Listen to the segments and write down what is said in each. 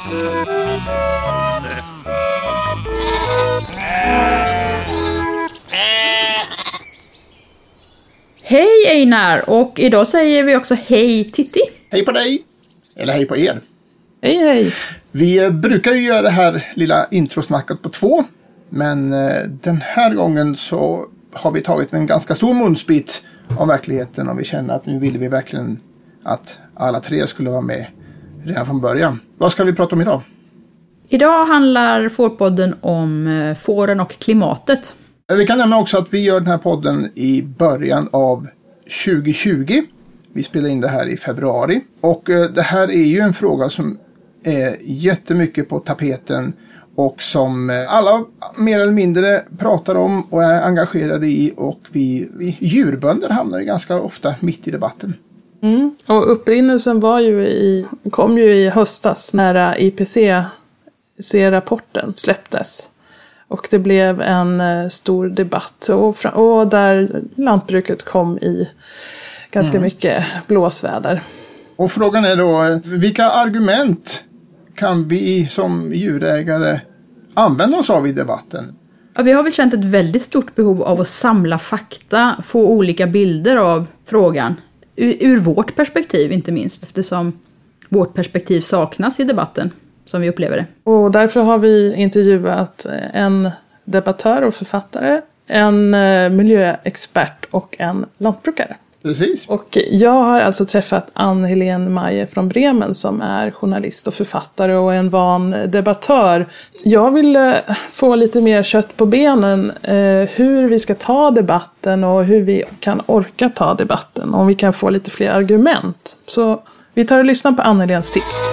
Hej Einar, och idag säger vi också hej Titti. Hej på dig, eller hej på er. Hej hej. Vi brukar ju göra det här lilla introsnacket på 2. Men den här gången så har vi tagit en ganska stor munsbit av verkligheten. Och vi känner att nu vill vi verkligen att alla 3 skulle vara med redan från början. Vad ska vi prata om idag? Idag handlar Fårpodden om fåren och klimatet. Vi kan nämna också att vi gör den här podden i början av 2020. Vi spelar in det här i februari. Och det här är ju en fråga som är jättemycket på tapeten. Och som alla mer eller mindre pratar om och är engagerade i. Och vi djurbönder hamnar ju ganska ofta mitt i debatten. Mm. Och upprinnelsen kom ju i höstas när IPCC-rapporten släpptes. Och det blev en stor debatt och där lantbruket kom i ganska mycket blåsväder. Och frågan är då, vilka argument kan vi som djurägare använda oss av i debatten? Ja, vi har väl känt ett väldigt stort behov av att samla fakta, få olika bilder av frågan. Ur vårt perspektiv inte minst, eftersom vårt perspektiv saknas i debatten som vi upplever det. Och därför har vi intervjuat en debattör och författare, en miljöexpert och en lantbrukare. Precis. Och jag har alltså träffat Ann-Helén Maje från Bremen som är journalist och författare och en van debattör. Jag vill få lite mer kött på benen hur vi ska ta debatten och hur vi kan orka ta debatten. Om vi kan få lite fler argument. Så vi tar och lyssnar på Ann-Heléns tips.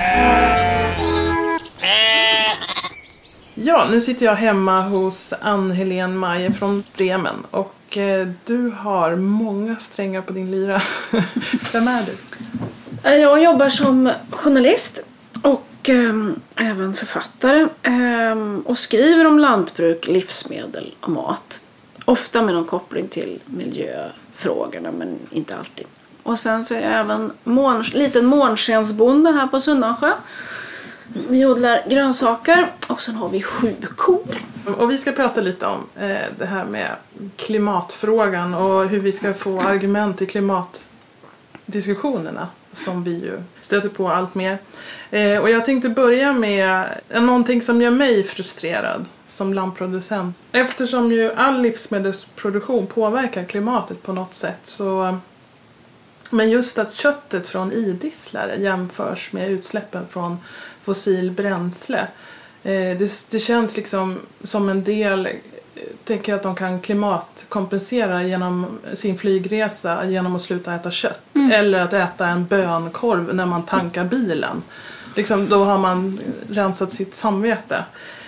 Ja, nu sitter jag hemma hos Ann-Helén Maje från Bremen och du har många strängar på din lyra. Vem är du? Jag jobbar som journalist och även författare och skriver om lantbruk, livsmedel och mat. Ofta med någon koppling till miljöfrågorna, men inte alltid. Och sen så är jag även liten månskensbonde här på Sundansjö. Vi odlar grönsaker och sen har vi 7 kor. Och vi ska prata lite om det här med klimatfrågan och hur vi ska få argument i klimatdiskussionerna som vi ju stöter på allt mer. Och jag tänkte börja med någonting som gör mig frustrerad som lampproducent. Eftersom ju all livsmedelsproduktion påverkar klimatet på något sätt så... Men just att köttet från idisslare jämförs med utsläppen från fossil bränsle. Det känns liksom som en del, tänker att de kan klimatkompensera genom sin flygresa genom att sluta äta kött. Eller att äta en bönkorv när man tankar bilen. Liksom, då har man rensat sitt samvete.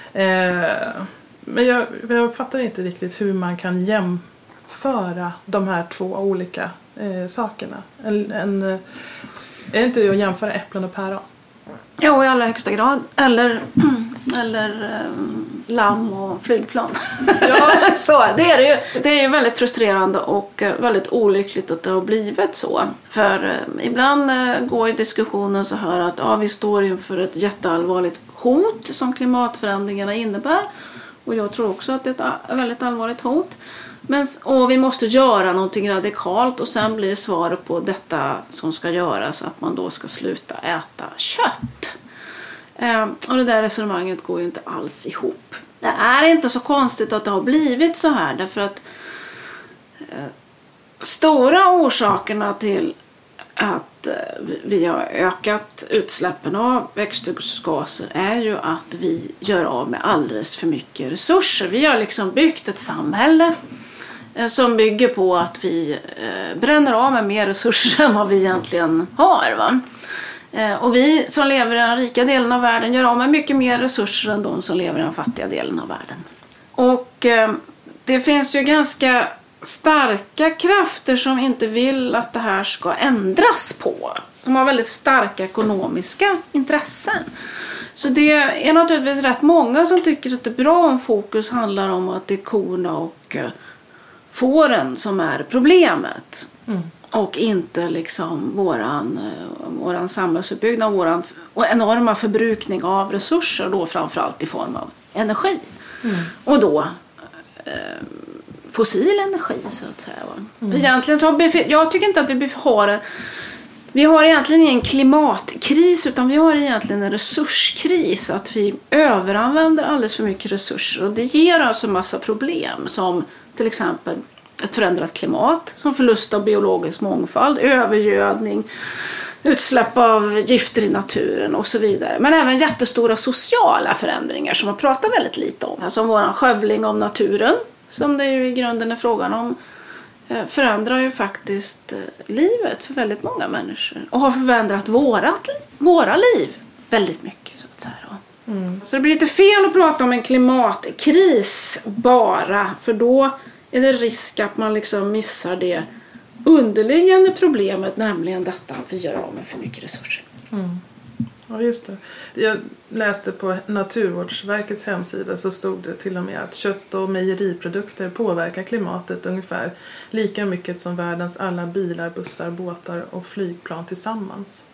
Men jag fattar inte riktigt hur man kan jämföra de här 2 olika sakerna. Är inte att jämföra äpplen och päron? Ja, i allra högsta grad. Eller lamm och flygplan. Ja. Så, det är det ju. Det är ju väldigt frustrerande och väldigt olyckligt att det har blivit så. För ibland går ju diskussionen så här att vi står inför ett jätteallvarligt hot som klimatförändringarna innebär. Och jag tror också att det är ett väldigt allvarligt hot. Och vi måste göra någonting radikalt och sen blir svaret på detta som ska göras att man då ska sluta äta kött. Och det där resonemanget går ju inte alls ihop. Det är inte så konstigt att det har blivit så här därför att stora orsakerna till att vi har ökat utsläppen av växthusgaser är ju att vi gör av med alldeles för mycket resurser. Vi har liksom byggt ett samhälle som bygger på att vi bränner av med mer resurser än vad vi egentligen har. Va? Och vi som lever i den rika delen av världen gör av med mycket mer resurser än de som lever i den fattiga delen av världen. Och det finns ju ganska starka krafter som inte vill att det här ska ändras på. De har väldigt starka ekonomiska intressen. Så det är naturligtvis rätt många som tycker att det är bra om fokus handlar om att det är korna och fåren som är problemet. och inte liksom våran samhällsuppbyggnad och enorma förbrukning av resurser, då framförallt i form av energi. Och då fossil energi så att säga. För egentligen så jag tycker inte att vi har egentligen ingen klimatkris, utan vi har egentligen en resurskris, att vi överanvänder alldeles för mycket resurser, och det ger alltså en massa problem som till exempel ett förändrat klimat, som förlust av biologisk mångfald, övergödning, utsläpp av gifter i naturen och så vidare. Men även jättestora sociala förändringar som man pratar väldigt lite om. Alltså våran skövling av naturen, som det ju i grunden är frågan om, förändrar ju faktiskt livet för väldigt många människor. Och har förändrat våra liv väldigt mycket så att säga då. Så det blir lite fel att prata om en klimatkris bara, för då är det risk att man liksom missar det underliggande problemet, nämligen detta att vi gör av med för mycket resurser. Ja, just det. Jag läste på Naturvårdsverkets hemsida, så stod det till och med att kött- och mejeriprodukter påverkar klimatet ungefär lika mycket som världens alla bilar, bussar, båtar och flygplan tillsammans.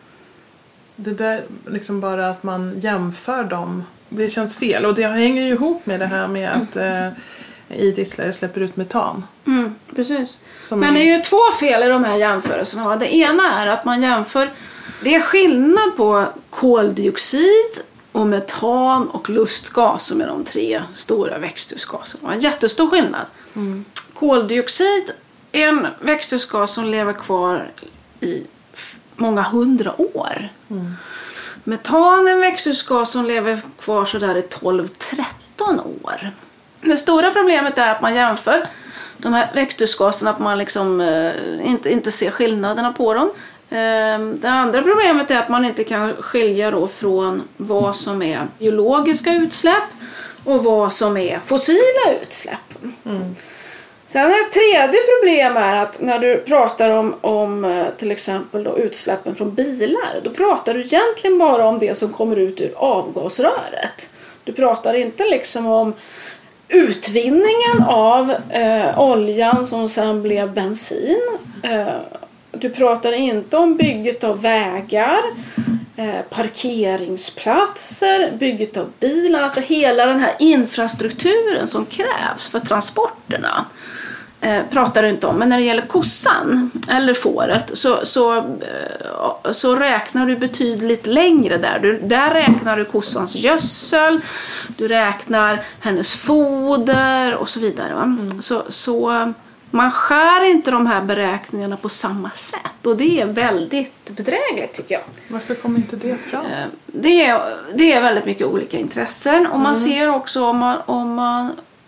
Det där liksom bara att man jämför dem, det känns fel. Och det hänger ju ihop med det här med att idisslare släpper ut metan. Precis. Men det är ju två fel i de här jämförelserna. Det ena är att man jämför, det är skillnad på koldioxid och metan och lustgas, som är de 3 stora växthusgaserna. En jättestor skillnad. Koldioxid är en växthusgas som lever kvar i många 100 år. Metan är en växthusgas som lever kvar så där i 12-13 år. Det stora problemet är att man jämför de här växthusgaserna, att man liksom inte ser skillnaderna på dem. Det andra problemet är att man inte kan skilja då från vad som är biologiska utsläpp och vad som är fossila utsläpp. Sen ett tredje problem är att när du pratar om till exempel då utsläppen från bilar, då pratar du egentligen bara om det som kommer ut ur avgasröret. Du pratar inte liksom om utvinningen av oljan som sen blev bensin. Du pratar inte om bygget av vägar, parkeringsplatser, bygget av bilar, alltså hela den här infrastrukturen som krävs för transporterna. Pratar du inte om. Men när det gäller kossan eller fåret så räknar du betydligt längre där. Där räknar du kossans gödsel, du räknar hennes foder och så vidare. Va? Så man skär inte de här beräkningarna på samma sätt, och det är väldigt bedrägligt tycker jag. Varför kommer inte det fram? Det är väldigt mycket olika intressen, och man ser också om man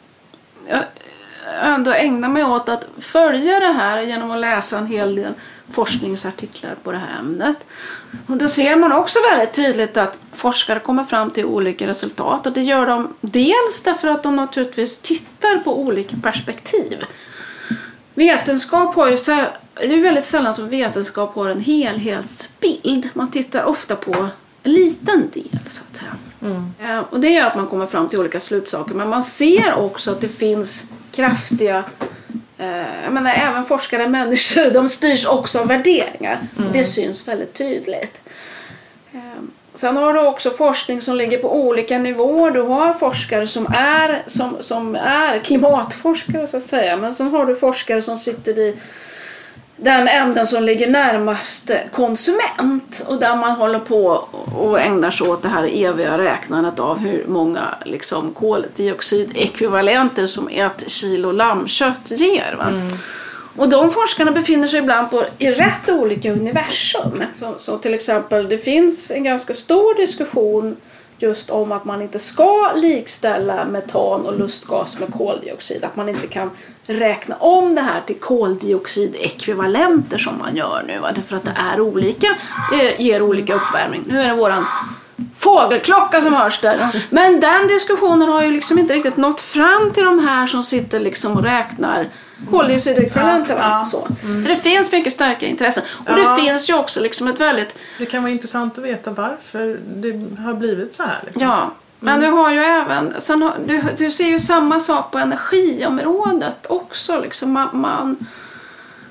ändå ägnar mig åt att följa det här genom att läsa en hel del forskningsartiklar på det här ämnet. Och då ser man också väldigt tydligt att forskare kommer fram till olika resultat, och det gör de dels därför att de naturligtvis tittar på olika perspektiv. Vetenskap har ju det är ju väldigt sällan som vetenskap har en helhetsbild. Man tittar ofta på en liten del så att säga. Och det gör att man kommer fram till olika slutsaker. Men man ser också att det finns kraftiga, jag menar även forskare, människor, de styrs också av värderingar. Det syns väldigt tydligt. Sen har du också forskning som ligger på olika nivåer. Du har forskare som är klimatforskare så att säga. Men sen har du forskare som sitter i den änden som ligger närmast konsument, och där man håller på och ägnar sig åt det här eviga räknandet av hur många liksom koldioxidekvivalenter som ett kilo lammkött ger. Va? Och de forskarna befinner sig ibland i rätt olika universum. Så till exempel det finns en ganska stor diskussion just om att man inte ska likställa metan och lustgas med koldioxid. Att man inte kan räkna om det här till koldioxidekvivalenter som man gör nu. Va? Därför att det är olika, det ger olika uppvärmning. Nu är det våran fågelklocka som hörs där. Men den diskussionen har ju liksom inte riktigt nått fram till de här som sitter liksom och räknar koldioxidekvivalenter. Så det finns mycket starka intressen. Och det finns ju också liksom ett väldigt... Det kan vara intressant att veta varför det har blivit så här. Liksom. Ja, men du har ju även... Du ser ju samma sak på energiområdet också. Liksom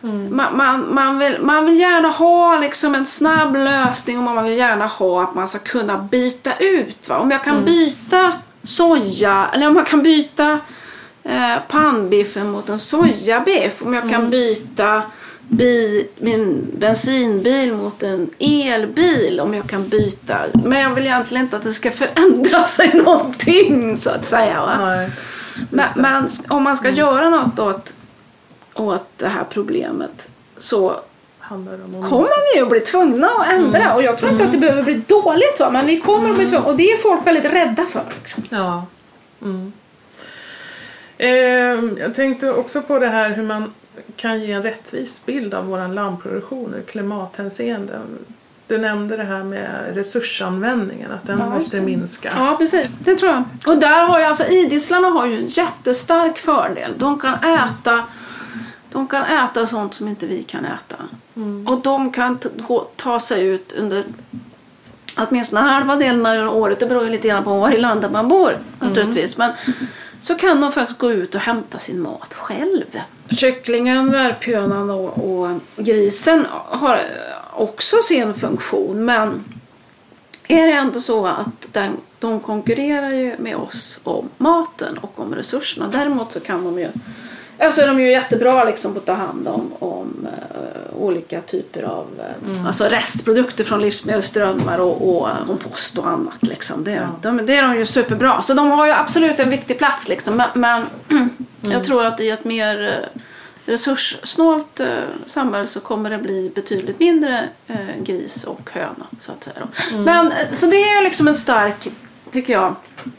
Man vill gärna ha liksom en snabb lösning och man vill gärna ha att man ska kunna byta ut. Va? Om jag kan byta soja eller om jag kan byta pannbiffen mot en sojabiff. Om jag kan byta min bensinbil mot en elbil. Om jag kan byta. Men jag vill egentligen inte att det ska förändra sig någonting så att säga. Va? Nej, men om man ska göra något åt det här problemet så kommer vi att bli tvungna att ändra. Och jag tror inte att det behöver bli dåligt. Va? Men vi kommer att bli tvungna. Och det är folk väldigt rädda för. Liksom. Ja. Jag tänkte också på det här hur man kan ge en rättvis bild av vår lammproduktion i klimathänseende. Du nämnde det här med resursanvändningen, att den måste minska. Ja, precis. Det tror jag. Och där har ju alltså idisslarna har ju en jättestark fördel. De kan äta sånt som inte vi kan äta. Och de kan ta sig ut under åtminstone halva delen av året. Det beror ju lite grann på var i landet man bor naturligtvis. Men så kan de faktiskt gå ut och hämta sin mat själv. Kycklingen, värphönan och grisen har också sin funktion. Men är det ändå så att de konkurrerar ju med oss om maten och om resurserna. Däremot så kan de ju... Alltså är de ju jättebra liksom på att ta hand om olika typer av alltså restprodukter från livsmedelsströmmar och kompost och annat liksom. Det är de ju superbra. Så de har ju absolut en viktig plats liksom. Men jag tror att i ett mer resurssnålt samhälle så kommer det bli betydligt mindre gris och höna så att säga. Men så det är ju liksom en stark, tycker jag,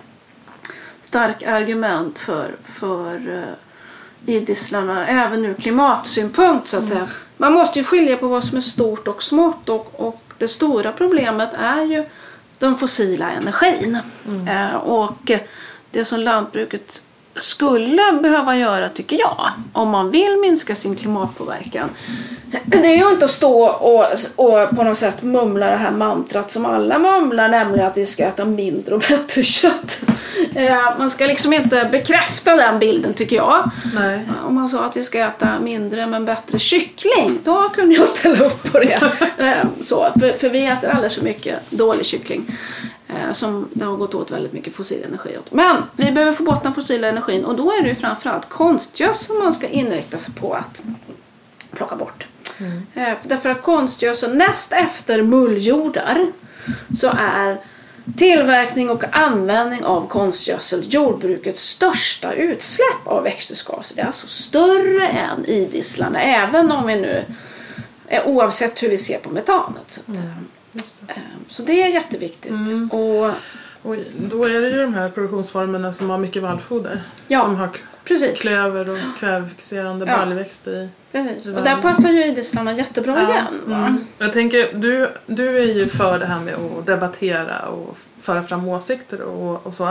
stark argument för idisslarna även ur klimatsynpunkt så att säga. Man måste ju skilja på vad som är stort och smått och det stora problemet är ju den fossila energin. Och det som lantbruket skulle behöva göra, tycker jag, om man vill minska sin klimatpåverkan, det är ju inte att stå och på något sätt mumla det här mantrat som alla mumlar, nämligen att vi ska äta mindre och bättre kött. Man ska liksom inte bekräfta den bilden, tycker jag. Nej. Om man sa att vi ska äta mindre men bättre kyckling, då kunde jag ställa upp på det. För vi äter alldeles för mycket dålig kyckling. Som det har gått åt väldigt mycket fossil energi åt. Men vi behöver få bort den fossila energin. Och då är det ju framförallt konstgödsel man ska inrikta sig på att plocka bort. Därför att konstgödsel näst efter mulljordar så är tillverkning och användning av konstgödsel jordbrukets största utsläpp av växthusgaser. Det är alltså större än idisslarna, även om vi nu oavsett hur vi ser på metanet. Så det är jätteviktigt. Och då är det ju de här produktionsformerna som har mycket vallfoder. Ja, som har precis. klöver och kvävfixerande baljväxter i. Precis. Och där passar ju idisslarna jättebra igen. Va? Jag tänker, du är ju för det här med att debattera och föra fram åsikter och så.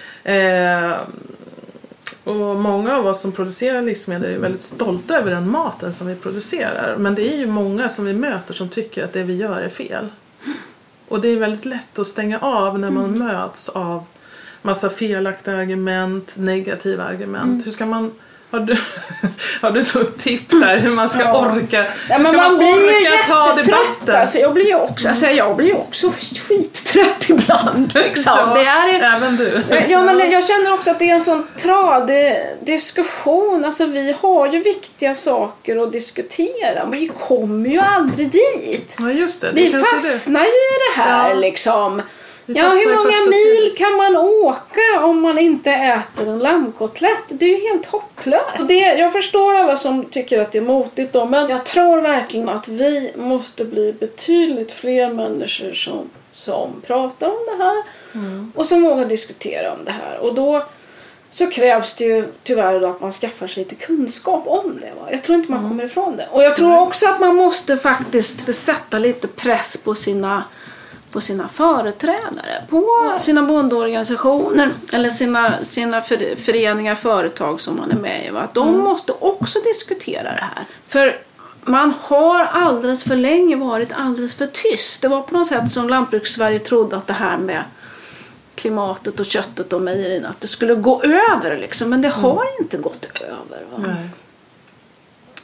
Och många av oss som producerar livsmedel är väldigt stolta över den maten som vi producerar. Men det är ju många som vi möter som tycker att det vi gör är fel. Och det är väldigt lätt att stänga av när man möts av massa felaktiga argument, negativa argument. Hur ska man... Har du något tips där hur man ska orka? Ja, men man blir ju ta debatten? Alltså, jag blir ju också skittrött ibland. Liksom. Ja, det är, även du. Ja, men jag känner också att det är en sån tradig diskussion. Alltså, vi har ju viktiga saker att diskutera. Men vi kommer ju aldrig dit. Ja, just det. Vi fastnar ju i det här liksom. Ja, hur många mil kan man åka om man inte äter en lammkotlett? Det är ju helt hopplöst. Jag förstår alla som tycker att det är motigt då, men jag tror verkligen att vi måste bli betydligt fler människor som pratar om det här och som vågar diskutera om det här. Och då så krävs det ju tyvärr då att man skaffar sig lite kunskap om det. Va? Jag tror inte man kommer ifrån det. Och jag tror också att man måste faktiskt sätta lite press på sina företrädare, på sina bondeorganisationer eller sina föreningar, företag som man är med i. Va? Att de måste också diskutera det här. För man har alldeles för länge varit alldeles för tyst. Det var på något sätt som Lantbrukssverige trodde att det här med klimatet och köttet och mejerierna, att det skulle gå över liksom. Men det har inte gått över. Va?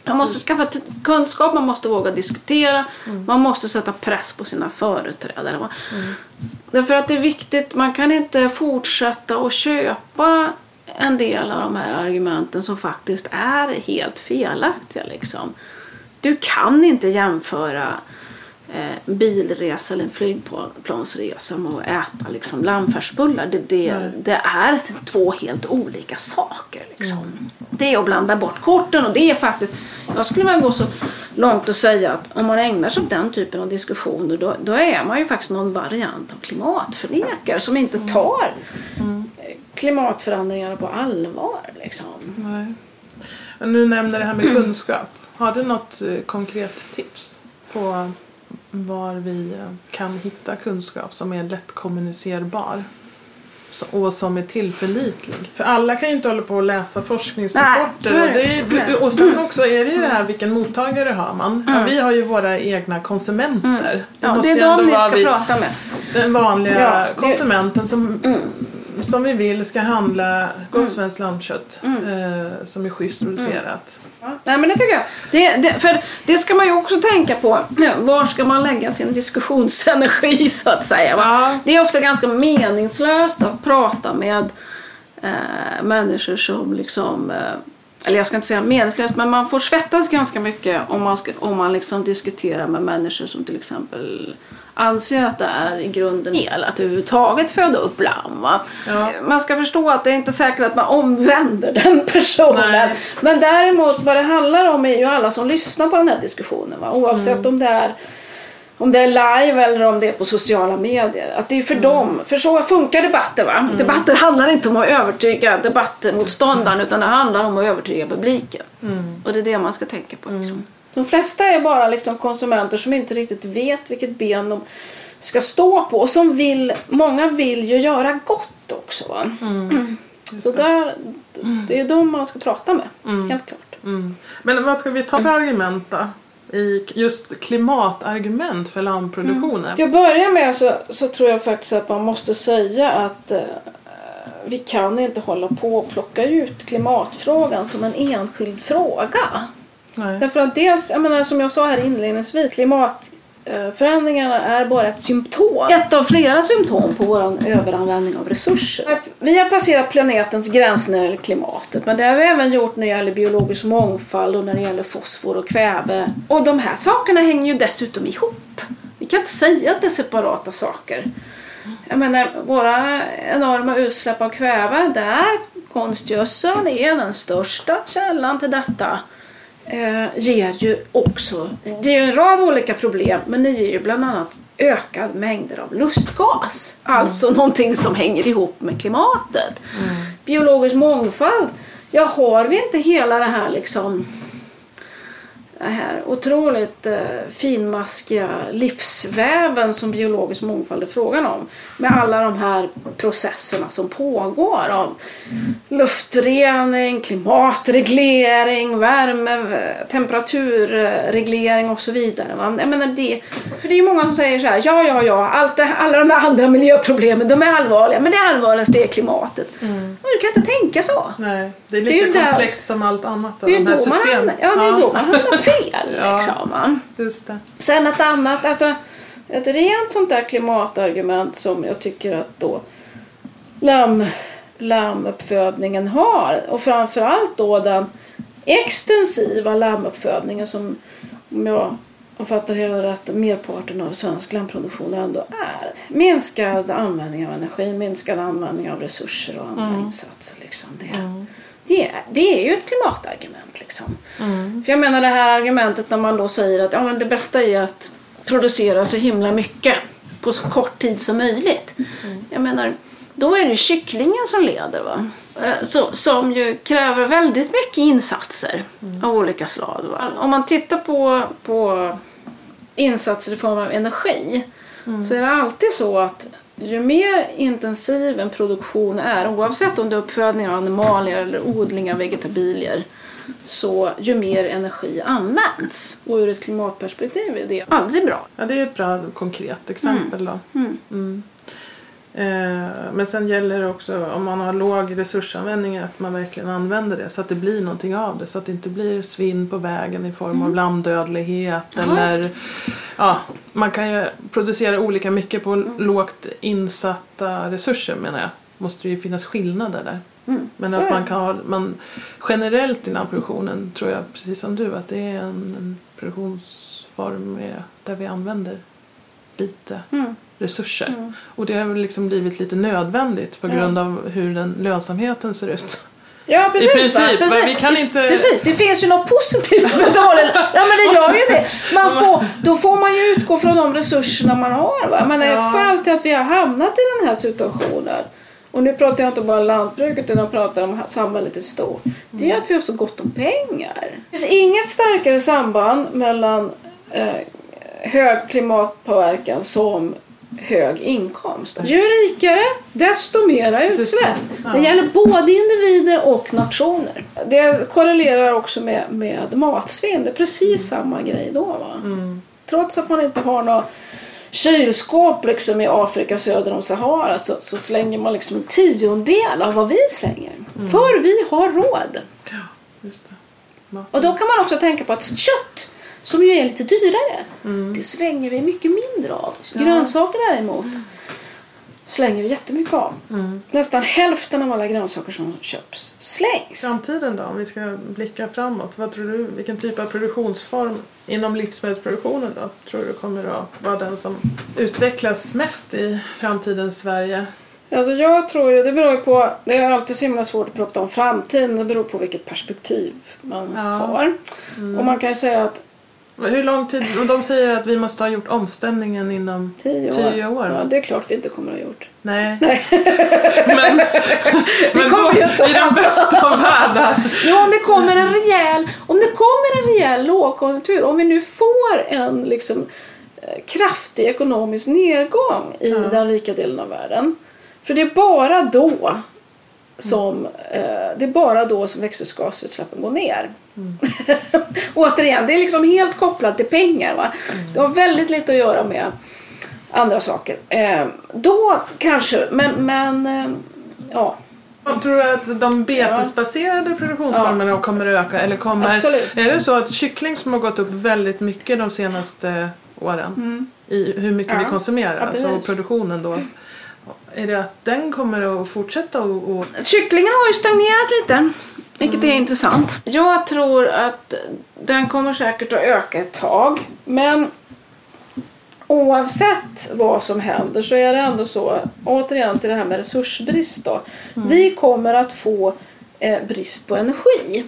Man måste skaffa kunskap, man måste våga diskutera, man måste sätta press på sina företrädare. Därför att det är viktigt, man kan inte fortsätta att köpa en del av de här argumenten som faktiskt är helt felaktiga. Liksom. Du kan inte jämföra bilresa eller en flygplansresa med att äta liksom lammfärsbullar. Det är 2 helt olika saker. Liksom. Det är att blanda bort korten, och det är faktiskt, jag skulle vilja gå så långt och säga att om man ägnar sig åt den typen av diskussioner då är man ju faktiskt någon variant av klimatförnekare som inte tar klimatförändringarna på allvar. Liksom. Nej. Nu nämner det här med kunskap. Har du något konkret tips på var vi kan hitta kunskap som är lättkommunicerbar och som är tillförlitlig? För alla kan ju inte hålla på att läsa forskningsrapporter. Och sen också är det ju det här, vilken mottagare har man? Ja, vi har ju våra egna konsumenter. Ja, det är de ni ska prata med. Den vanliga konsumenten som vi vill ska handla gott svenskt lammkött som är schysst producerat. Nej, men det tycker jag. För det ska man ju också tänka på. Var ska man lägga sin diskussionsenergi så att säga? Va? Det är ofta ganska meningslöst att prata med människor som liksom... eller jag ska inte säga meningslöst, men man får svettas ganska mycket om man liksom diskuterar med människor som till exempel anser att det är i grunden fel att överhuvudtaget föda upp lamm. Va? Ja. Man ska förstå att det är inte säkert att man omvänder den personen. Nej. Men däremot vad det handlar om är ju alla som lyssnar på den här diskussionen. Va? Oavsett om det är live eller om det är på sociala medier. Att det är för dem. För så funkar debatter. Va? Debatter handlar inte om att övertyga debattmotståndaren utan det handlar om att övertyga publiken. Och det är det man ska tänka på. Liksom. De flesta är bara liksom konsumenter som inte riktigt vet vilket ben de ska stå på. Och som många vill ju göra gott också. Va? Så det är de man ska prata med. Helt klart. Men vad ska vi ta för argument då? I just klimatargument för lammproduktionen? Till att börja med så tror jag faktiskt att man måste säga att vi kan inte hålla på och plocka ut klimatfrågan som en enskild fråga. Nej. Därför att dels, jag menar, som jag sa här inledningsvis, klimatförändringarna är bara ett symptom. Ett av flera symptom på vår överanvändning av resurser. Vi har passerat planetens gränser när det gäller klimatet. Men det har vi även gjort när det gäller biologisk mångfald och när det gäller fosfor och kväve. Och de här sakerna hänger ju dessutom ihop. Vi kan inte säga att det är separata saker. Jag menar, våra enorma utsläpp av kväve, där konstgödseln är den största källan till detta. Ger ju också, det är ju en rad olika problem, men det ger ju bland annat ökad mängder av lustgas, alltså någonting som hänger ihop med klimatet. Biologisk mångfald, har vi inte hela det här liksom, det här otroligt finmaskiga livsväven som biologisk mångfald är frågan om, med alla de här processerna som pågår av luftrening, klimatreglering, temperaturreglering och så vidare. Va? Jag menar för det är ju många som säger så här, alla de här andra miljöproblemen, de är allvarliga, men det allvarligaste är klimatet. Men du kan inte tänka så. Nej, det är lika komplext som allt annat av det är de här systemen. Det är då man har fel. Liksom. Just det. Sen ett annat, alltså ett rent sånt där klimatargument som jag tycker att då lammuppfödningen har, och framförallt då den extensiva lammuppfödningen som, om jag fattar hela rätt, merparten av svensk lamproduktion ändå är. Minskad användning av energi, minskad användning av resurser och andra insatser. Liksom. Det är ju ett klimatargument. Liksom. För jag menar det här argumentet när man då säger att men det bästa är att producera så himla mycket på så kort tid som möjligt. Jag menar, då är det kycklingen som leder, va? Som ju kräver väldigt mycket insatser av olika slag. Va? Om man tittar på insatser i form av energi så är det alltid så att ju mer intensiv en produktion är, oavsett om det är uppfödning av animalier eller odling av vegetabilier, så ju mer energi används. Och ur ett klimatperspektiv är det aldrig bra. Ja, det är ett bra konkret exempel då. Men sen gäller det också om man har låg resursanvändning att man verkligen använder det så att det blir någonting av det. Så att det inte blir svinn på vägen i form av lammdödlighet. Eller, man kan ju producera olika mycket på lågt insatta resurser menar jag. Måste det ju finnas skillnader där. Men att man kan ha, generellt i produktionen tror jag precis som du att det är en produktionsform där vi använder lite resurser. Och det har väl liksom blivit lite nödvändigt på grund av hur den lönsamheten ser ut. Ja, precis. I princip. Precis. Vi kan inte... precis. Det finns ju något positivt med det. Ja, men det gör ju det. Då får man ju utgå från de resurserna man har. Va? Men ett skäl till att vi har hamnat i den här situationen. Och nu pratar jag inte bara om lantbruket utan jag pratar om samhället i stort. Det är att vi har så gott om pengar. Det finns inget starkare samband mellan hög klimatpåverkan som hög inkomst. Ju rikare, desto mera utsläpp. Det gäller både individer och nationer. Det korrelerar också med matsvinn. Det är precis samma grej då. Va? Trots att man inte har något kylskåp liksom i Afrika söder om Sahara så slänger man liksom en 10% av vad vi slänger. För vi har råd. Ja, just det. Och då kan man också tänka på att kött som ju är lite dyrare det svänger vi mycket mindre av. Grönsaker däremot slänger vi jättemycket av. Nästan hälften av alla grönsaker som köps slängs. Framtiden då, om vi ska blicka framåt. Vad tror du, vilken typ av produktionsform inom livsmedelsproduktionen då tror du kommer att vara den som utvecklas mest i framtidens Sverige? Alltså jag tror ju, det beror ju på, det är alltid så himla svårt att prata om framtiden. Det beror på vilket perspektiv man har. Och man kan ju säga att hur lång tid, de säger att vi måste ha gjort omställningen inom 10 år. Ja, det är klart vi inte kommer att ha gjort. Nej. men då, i den bästa av världar. Ja, om det kommer en rejäl lågkonjunktur, om vi nu får en liksom kraftig ekonomisk nedgång i den rika delen av världen. För det är bara då som växthusgasutsläppen går ner. Återigen, det är liksom helt kopplat till pengar. Va? Det har väldigt lite att göra med andra saker. Då kanske, men ja. Jag tror att de betesbaserade produktionsformerna kommer att öka? Eller är det så att kyckling som har gått upp väldigt mycket de senaste åren i hur mycket vi konsumerar, alltså produktionen då, är det att den kommer att fortsätta och... Kycklingen har ju stagnerat lite, vilket är intressant. Jag tror att den kommer säkert att öka ett tag, men oavsett vad som händer så är det ändå så, återigen till det här med resursbrist då. Vi kommer att få brist på energi.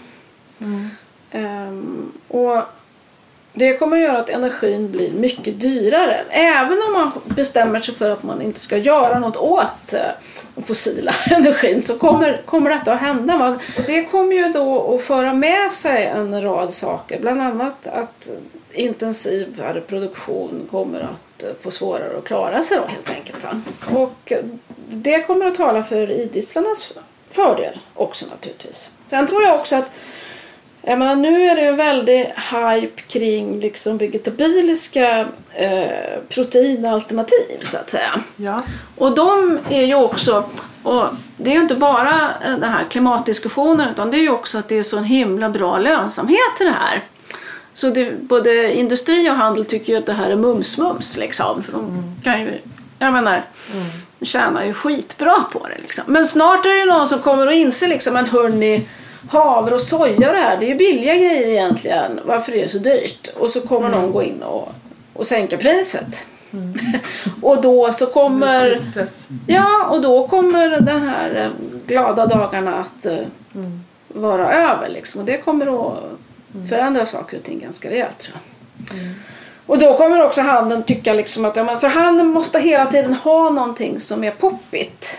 Och det kommer att göra att energin blir mycket dyrare. Även om man bestämmer sig för att man inte ska göra något åt den fossila energin så kommer detta att hända. Och det kommer ju då att föra med sig en rad saker. Bland annat att intensivare produktion kommer att få svårare att klara sig då helt enkelt. Va? Och det kommer att tala för idisslarnas fördel också naturligtvis. Sen tror jag också att nu är det en väldig hype kring liksom vegetabiliska proteinalternativ så att säga. Ja. Och de är ju också, och det är ju inte bara den här klimatdiskussionen utan det är ju också att det är så en himla bra lönsamhet till det här. Så både industri och handel tycker ju att det här är mums liksom. För de kan ju, tjänar ju skitbra på det liksom. Men snart är det ju någon som kommer att inse liksom att havre och soja och det här, det är ju billiga grejer egentligen. Varför är det så dyrt? Och så kommer någon gå in och sänka priset. Och då så kommer och då kommer de här glada dagarna att vara över liksom. Och det kommer att förändra saker och ting ganska rejält tror jag. Och då kommer också handeln tycka liksom att för handeln måste hela tiden ha någonting som är poppigt.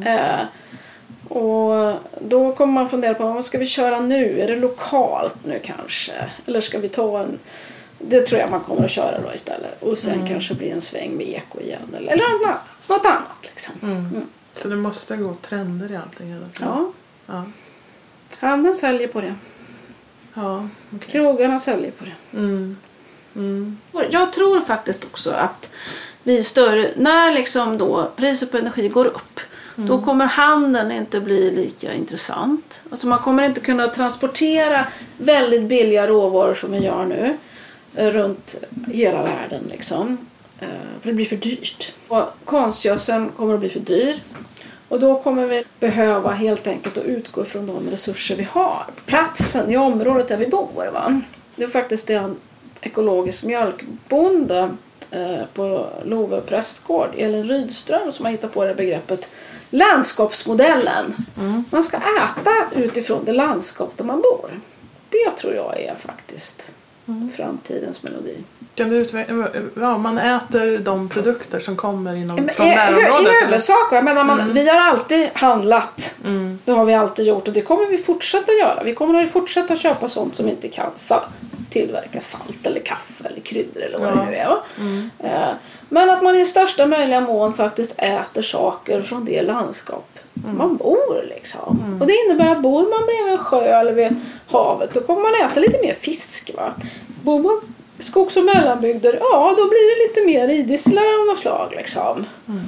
Och då kommer man fundera på vad ska vi köra nu? Är det lokalt nu kanske? Eller ska vi ta det tror jag man kommer att köra då istället. Och sen kanske blir en sväng med eko igen. Eller något annat liksom. Så det måste gå trender i allting hela tiden? Ja. Handeln säljer på det. Ja, okay. Krogarna säljer på det. Jag tror faktiskt också att bli större. När liksom då priset på energi går upp, då kommer handeln inte bli lika intressant. Alltså man kommer inte kunna transportera väldigt billiga råvaror som vi gör nu runt hela världen liksom. För det blir för dyrt. Och konstgödseln kommer att bli för dyr. Och då kommer vi behöva helt enkelt att utgå från de resurser vi har. Platsen i området där vi bor. Va? Det är faktiskt en ekologisk mjölkbonde på Love prästgård, Elin Rydström, som har hittat på det begreppet landskapsmodellen. Man ska äta utifrån det landskap där man bor. Det tror jag är faktiskt framtidens melodi. Kan vi man äter de produkter som kommer från närområdet? I huvudsak. Vi har alltid handlat. Det har vi alltid gjort och det kommer vi fortsätta göra. Vi kommer att fortsätta köpa sånt som inte kan tillverka salt eller kaffe eller kryddor eller vad det nu är. Men att man i största möjliga mån faktiskt äter saker från det landskap man bor liksom. Och det innebär att bor man bredvid en sjö eller vid havet, då kommer man äta lite mer fisk, va? Bor man skogs- och mellanbygder, då blir det lite mer idisslar av något slag liksom.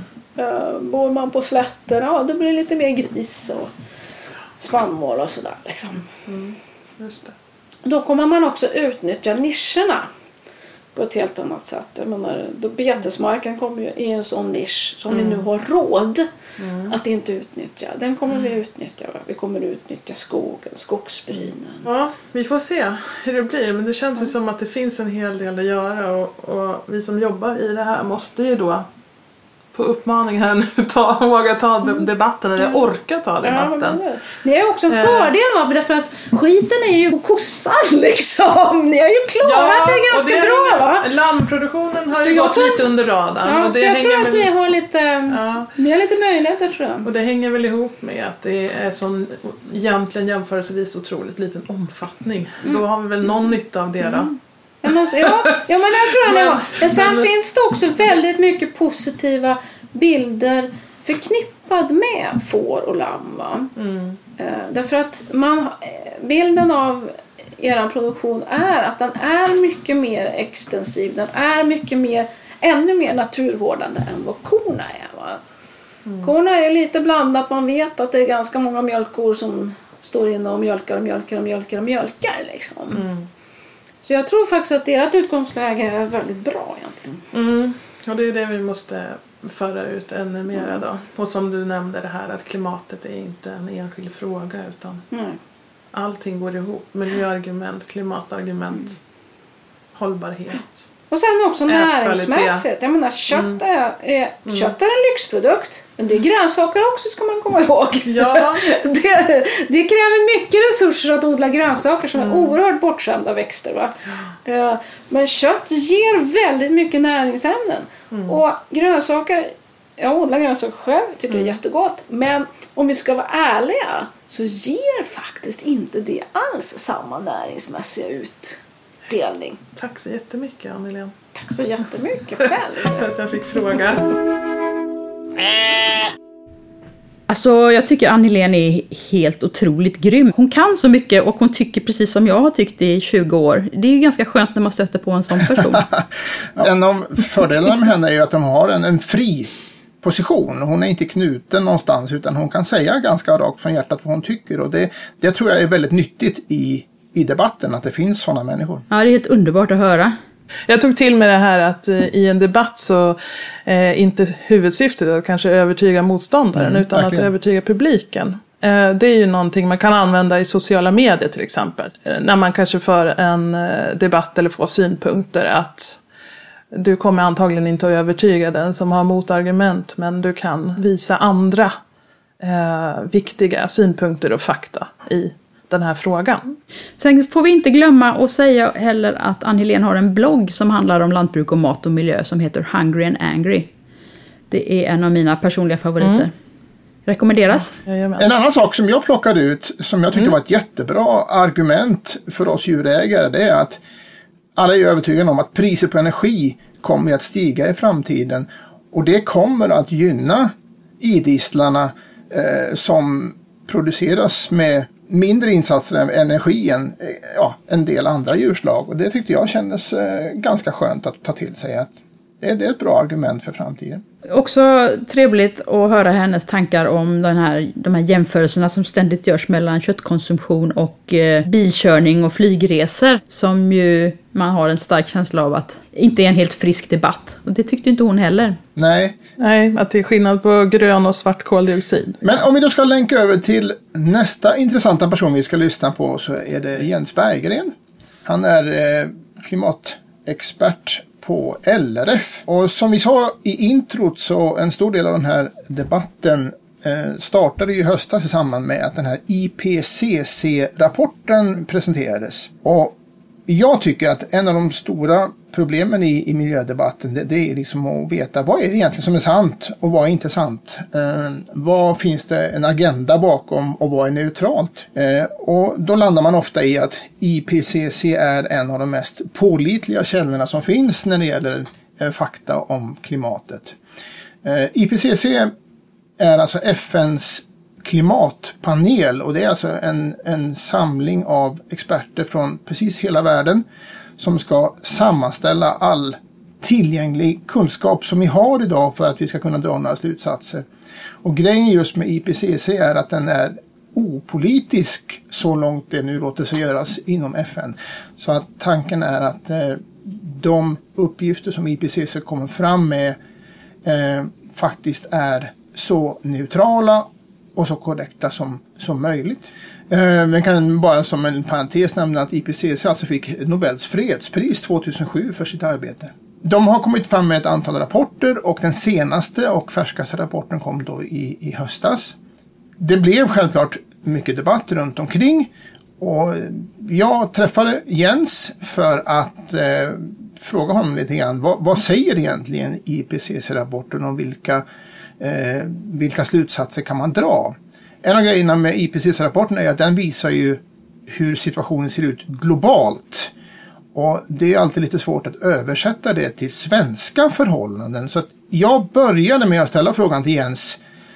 Bor man på slätter, då blir det lite mer gris och spannmål och sådär liksom. Just det. Då kommer man också utnyttja nischerna på ett helt annat sätt. Jag menar, då betesmarken kommer ju i en sån nisch som vi nu har råd att inte utnyttja. Den kommer vi utnyttja. Vi kommer utnyttja skogen, skogsbrynen. Ja, vi får se hur det blir. Men det känns ju som att det finns en hel del att göra. Och vi som jobbar i det här måste ju då på uppmaningen våga ta debatten eller orka ta debatten. Ja, det är också en fördel, va? Därför att skiten är ju på kossan liksom. Ni har ju klarat det ganska bra, va? Landproduktionen har ju gått lite under radarn. Och det jag tror att ni har lite möjligheter, tror jag. Och det hänger väl ihop med att det är sån egentligen jämförelsevis otroligt liten omfattning. Då har vi väl någon nytta av det då. Men jag tror det. Men sen finns det också väldigt mycket positiva bilder förknippad med får och lamm, va? Därför att bilden av eran produktion är att den är mycket mer extensiv. Den är ännu mer naturvårdande än vad korna är, va? Korna är lite blandat. Man vet att det är ganska många mjölkkor som står inne och mjölkar liksom. Så jag tror faktiskt att ert utgångsläge är väldigt bra egentligen. Och det är det vi måste föra ut ännu mer då. Och som du nämnde det här att klimatet är inte en enskild fråga utan allting går ihop. Miljöargument, klimatargument, hållbarhet. Och sen också näringsmässigt. Jag menar, kött är en lyxprodukt. Men det är grönsaker också, ska man komma ihåg. Ja. det kräver mycket resurser att odla grönsaker som är oerhört bortskämda växter. Va? Men kött ger väldigt mycket näringsämnen. Och grönsaker, jag odlar grönsaker själv, tycker det är jättegott. Men om vi ska vara ärliga så ger faktiskt inte det alls samma näringsmässiga utdelning. Tack så jättemycket, Annelie. Tack så jättemycket själv. För att jag fick fråga. Alltså, jag tycker Annelie är helt otroligt grym. Hon kan så mycket och hon tycker precis som jag har tyckt i 20 år. Det är ju ganska skönt när man stöter på en sån person. En av fördelarna med henne är ju att hon har en fri position. Hon är inte knuten någonstans utan hon kan säga ganska rakt från hjärtat vad hon tycker. Och det tror jag är väldigt nyttigt i debatten, att det finns sådana människor. Ja, det är helt underbart att höra. Jag tog till med det här att i en debatt så inte huvudsyftet att kanske övertyga motståndaren utan verkligen att övertyga publiken. Det är ju någonting man kan använda i sociala medier till exempel. När man kanske för en debatt eller får synpunkter att du kommer antagligen inte att övertyga den som har motargument, men du kan visa andra viktiga synpunkter och fakta i den här frågan. Sen får vi inte glömma att säga heller att Annelie har en blogg som handlar om lantbruk och mat och miljö som heter Hungry and Angry. Det är en av mina personliga favoriter. Rekommenderas. Ja, en annan sak som jag plockade ut som jag tyckte var ett jättebra argument för oss djurägare, det är att alla är övertygade om att priset på energi kommer att stiga i framtiden och det kommer att gynna idisslarna som produceras med mindre insatser av energi än en del andra djurslag. Och det tyckte jag kändes ganska skönt att ta till sig. Att Det är ett bra argument för framtiden. Också trevligt att höra hennes tankar om de här jämförelserna som ständigt görs mellan köttkonsumtion och bilkörning och flygresor, som ju man har en stark känsla av att inte är en helt frisk debatt. Och det tyckte inte hon heller. Nej, att det är skillnad på grön och svart koldioxid. Men om vi då ska länka över till nästa intressanta person vi ska lyssna på, så är det Jens Berggren. Han är klimatexpert på LRF. Och som vi sa i introt, så en stor del av den här debatten startade i höstas i samband med att den här IPCC-rapporten presenterades. Och jag tycker att en av de stora problemen i miljödebatten, det är liksom att veta vad är det egentligen som är sant och vad är inte sant. Vad finns det en agenda bakom och vad är neutralt? Och då landar man ofta i att IPCC är en av de mest pålitliga källorna som finns när det gäller fakta om klimatet. IPCC är alltså FNs klimatpanel, och det är alltså en samling av experter från precis hela världen som ska sammanställa all tillgänglig kunskap som vi har idag för att vi ska kunna dra några slutsatser. Och grejen just med IPCC är att den är opolitisk så långt det nu låter sig göras inom FN. Så att tanken är att de uppgifter som IPCC kommer fram med faktiskt är så neutrala och så korrekta som möjligt. Men kan bara som en parentes nämna att IPCC alltså fick Nobels fredspris 2007 för sitt arbete. De har kommit fram med ett antal rapporter, och den senaste och färskaste rapporten kom då i höstas. Det blev självklart mycket debatt runt omkring, och jag träffade Jens för att fråga honom lite grann. Vad säger egentligen IPCC-rapporten och vilka slutsatser kan man dra? En av grejerna med IPCC-rapporten är att den visar ju hur situationen ser ut globalt. Och det är alltid lite svårt att översätta det till svenska förhållanden. Så att jag började med att ställa frågan till Jens.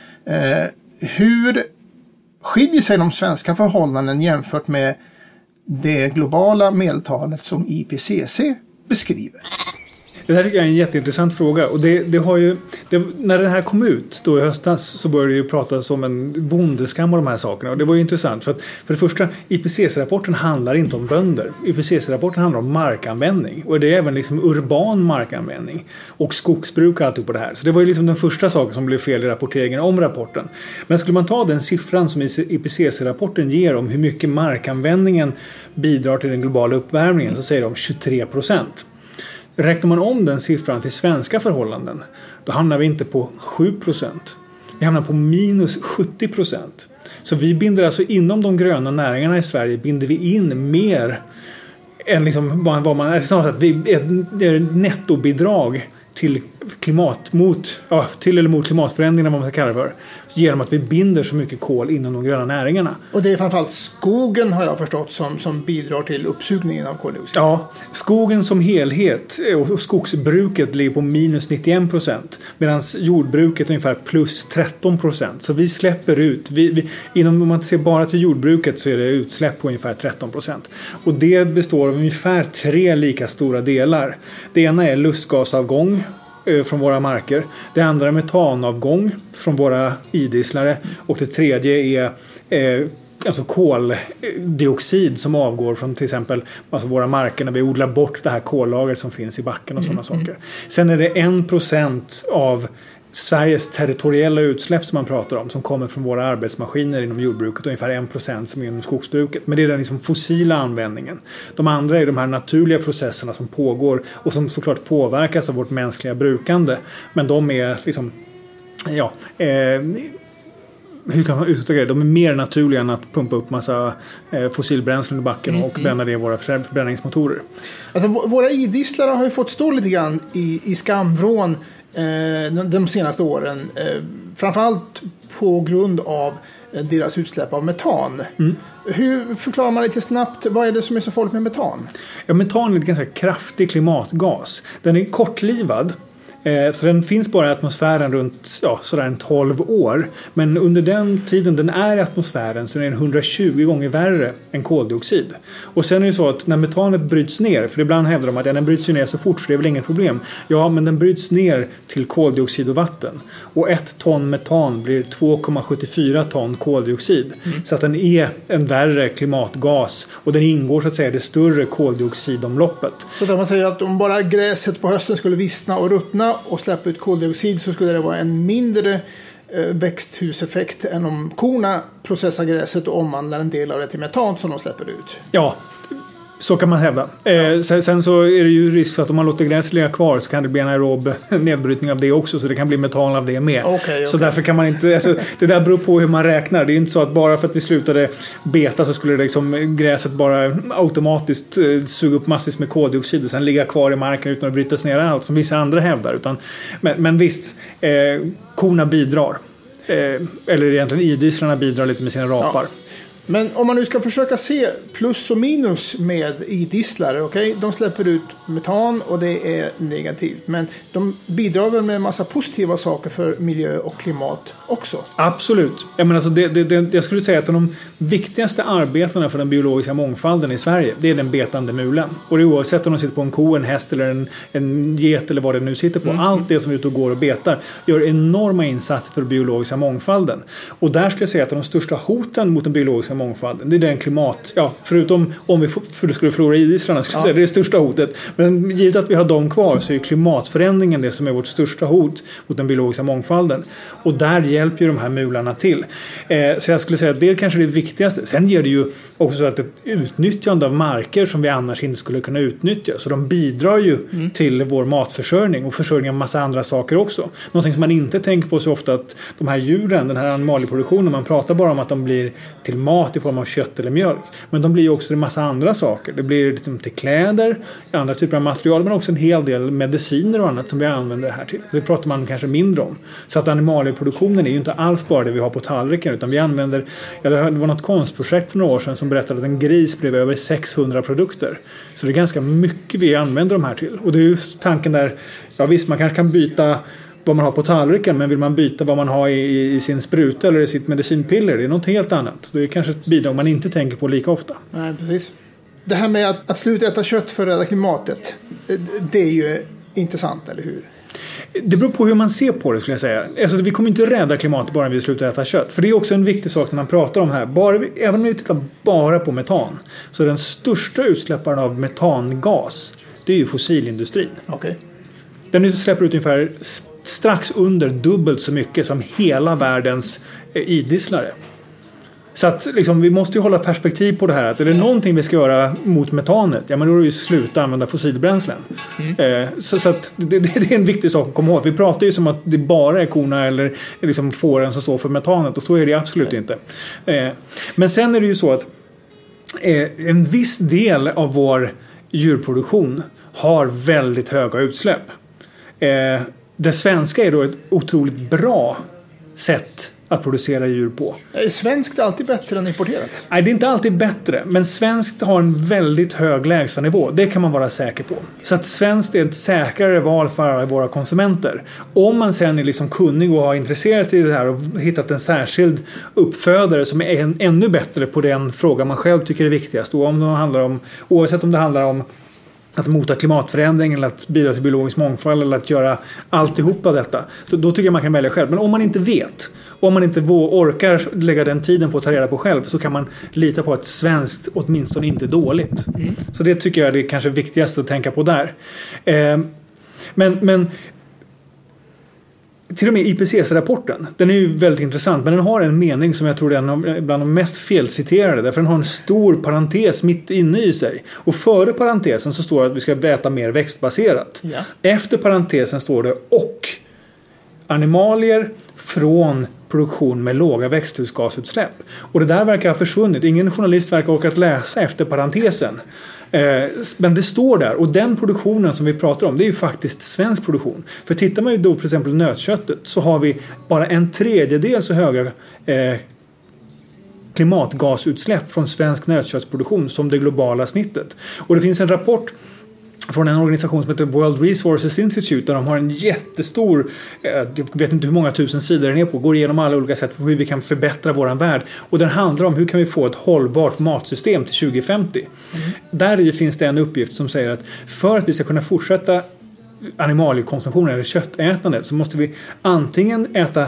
Hur skiljer sig de svenska förhållanden jämfört med det globala medeltalet som IPCC beskriver? Det här tycker jag är en jätteintressant fråga, och när den här kom ut då i höstas så började det ju pratas om en bondeskam och de här sakerna, och det var ju intressant för att för det första, IPCC-rapporten handlar inte om bönder. IPCC-rapporten handlar om markanvändning, och det är även liksom urban markanvändning och skogsbruk och allt på det här. Så det var ju liksom den första saken som blev fel i rapporteringen om rapporten. Men skulle man ta den siffran som IPCC-rapporten ger om hur mycket markanvändningen bidrar till den globala uppvärmningen, så säger de 23%. Räknar man om den siffran till svenska förhållanden, då hamnar vi inte på 7%. Vi hamnar på minus 70%. Så vi binder alltså inom de gröna näringarna i Sverige binder vi in mer än liksom vad man... Snarare att det är nettobidrag till till eller mot klimatförändringar, vad man ska kalla det för, genom att vi binder så mycket kol inom de gröna näringarna. Och det är framförallt skogen, har jag förstått, som bidrar till uppsugningen av koldioxid. Ja, skogen som helhet och skogsbruket ligger på minus 91%, medan jordbruket är ungefär plus 13%. Så vi släpper ut, om man ser bara till jordbruket så är det utsläpp på ungefär 13%. Och det består av ungefär 3 lika stora delar. Det ena är lustgasavgång från våra marker. Det andra är metanavgång från våra idisslare. Och det tredje är alltså koldioxid som avgår från till exempel alltså våra marker när vi odlar bort det här kollagret som finns i backen och sådana saker. Sen är det 1% av Sveriges territoriella utsläpp som man pratar om som kommer från våra arbetsmaskiner inom jordbruket och ungefär 1% som är inom skogsbruket. Men det är den liksom fossila användningen. De andra är de här naturliga processerna som pågår och som såklart påverkas av vårt mänskliga brukande. Men de är liksom hur kan man uttrycka det? De är mer naturliga än att pumpa upp massa fossilbränslen i backen och bränna det i våra förbränningsmotorer. Alltså, våra idisslare har ju fått stå lite grann i skamvrån de senaste åren. Framförallt på grund av deras utsläpp av metan. Hur förklarar man lite snabbt, vad är det som är så farligt med metan? Ja, metan är en ganska kraftig klimatgas. Den är kortlivad. Så den finns bara i atmosfären runt sådär 12 år. Men under den tiden den är i atmosfären så är den 120 gånger värre än koldioxid. Och sen är det så att när metanet bryts ner, för ibland hävdar de att den bryts ner så fort så det är väl inget problem. Ja, men den bryts ner till koldioxid och vatten. Och 1 ton metan blir 2,74 ton koldioxid. Så att den är en värre klimatgas. Och den ingår så att säga i det större koldioxidomloppet. Så där man säger att om bara gräset på hösten skulle vissna och ruttna och släppa ut koldioxid så skulle det vara en mindre växthuseffekt än om korna processar gräset och omvandlar en del av det till metan som de släpper ut. Ja, så kan man hävda. Sen så är det ju risk för att om man låter gräset ligga kvar så kan det bli en aerob nedbrytning av det också, så det kan bli metan av det med. Okay. Så därför kan man inte, alltså, det där beror på hur man räknar. Det är inte så att bara för att vi slutade beta så skulle det liksom, gräset bara automatiskt suga upp massvis med koldioxid och sen ligga kvar i marken utan att brytas ner allt som vissa andra hävdar. Men visst, korna bidrar. Eller egentligen idisslarna bidrar lite med sina rapar. Ja. Men om man nu ska försöka se plus och minus med idisslar, okej? De släpper ut metan och det är negativt. Men de bidrar väl med en massa positiva saker för miljö och klimat också? Absolut. Jag menar, alltså jag skulle säga att de viktigaste arbetena för den biologiska mångfalden i Sverige, det är den betande mulen. Och det är oavsett om de sitter på en ko, en häst eller en get eller vad det nu sitter på. Allt det som är ute och går och betar gör enorma insatser för den biologiska mångfalden. Och där skulle jag säga att de största hoten mot den biologiska mångfalden, det är den klimat, förutom om vi skulle förlora idisslarna, skulle jag säga, det är det största hotet. Men givet att vi har dem kvar så är klimatförändringen det som är vårt största hot mot den biologiska mångfalden. Och där hjälper ju de här mularna till. Så jag skulle säga att det är kanske det viktigaste. Sen ger det ju också så att ett utnyttjande av marker som vi annars inte skulle kunna utnyttja. Så de bidrar ju till vår matförsörjning och försörjning av massa andra saker också. Någonting som man inte tänker på så ofta, att de här djuren, den här animalieproduktionen, man pratar bara om att de blir till mat i form av kött eller mjölk. Men de blir ju också till massa andra saker. Det blir liksom till kläder, andra typer av material, men också en hel del mediciner och annat som vi använder det här till. Det pratar man kanske mindre om. Så att animalieproduktionen är ju inte alls bara det vi har på tallriken, utan vi använder, det var något konstprojekt för några år sedan som berättade att en gris blev över 600 produkter. Så det är ganska mycket vi använder de här till. Och det är ju tanken där, ja visst, man kanske kan byta vad man har på tallriken, men vill man byta vad man har i sin spruta eller i sitt medicinpiller, det är något helt annat. Det är kanske ett bidrag man inte tänker på lika ofta. Nej, precis. Det här med att sluta äta kött för att rädda klimatet, det är ju intressant, eller hur? Det beror på hur man ser på det, skulle jag säga. Alltså, vi kommer inte rädda klimatet bara när vi slutar äta kött. För det är också en viktig sak när man pratar om här. Även om vi tittar bara på metan, så är den största utsläpparen av metangas, det är ju fossilindustrin. Okay. Den släpper ut ungefär strax under dubbelt så mycket som hela världens idisslare. Så att liksom, vi måste ju hålla perspektiv på det här. Att är det någonting vi ska göra mot metanet, ja, men då är det ju sluta använda fossilbränslen. Så att det är en viktig sak att komma ihåg. Vi pratar ju som att det bara är korna eller liksom fåren som står för metanet, och så är det absolut inte. Men sen är det ju så att en viss del av vår djurproduktion har väldigt höga utsläpp. Det svenska är då ett otroligt bra sätt att producera djur på. Är svenskt alltid bättre än importerat? Nej, det är inte alltid bättre. Men svenskt har en väldigt hög lägstanivå. Det kan man vara säker på. Så att svenskt är ett säkrare val för våra konsumenter. Om man sen är liksom kunnig och har intresserat i det här och hittat en särskild uppfödare som är ännu bättre på den fråga man själv tycker är viktigast. Och om det handlar om, oavsett om det handlar om att mota klimatförändring eller att bidra till biologisk mångfald eller att göra alltihopa detta. Då tycker jag man kan välja själv. Men om man inte vet, om man inte orkar lägga den tiden på att ta reda på själv, så kan man lita på att svenskt åtminstone inte är dåligt. Så det tycker jag är det kanske viktigaste att tänka på där. Men till och med IPCC-rapporten, den är ju väldigt intressant, men den har en mening som jag tror är bland de mest felciterade, därför den har en stor parentes mitt inne i sig. Och före parentesen så står det att vi ska äta mer växtbaserat. Ja. Efter parentesen står det och animalier från produktion med låga växthusgasutsläpp. Och det där verkar ha försvunnit. Ingen journalist verkar ha orkat läsa efter parentesen. Men det står där, och den produktionen som vi pratar om, det är ju faktiskt svensk produktion. För tittar man ju då till exempel nötköttet, så har vi bara 1/3 så höga klimatgasutsläpp från svensk nötköttsproduktion som det globala snittet. Och det finns en rapport från en organisation som heter World Resources Institute, där de har en jättestor, jag vet inte hur många tusen sidor den är på, går igenom alla olika sätt på hur vi kan förbättra våran värld. Och den handlar om hur kan vi få ett hållbart matsystem till 2050. Där i finns det en uppgift som säger att för att vi ska kunna fortsätta animaliekonsumtion eller köttätande så måste vi antingen äta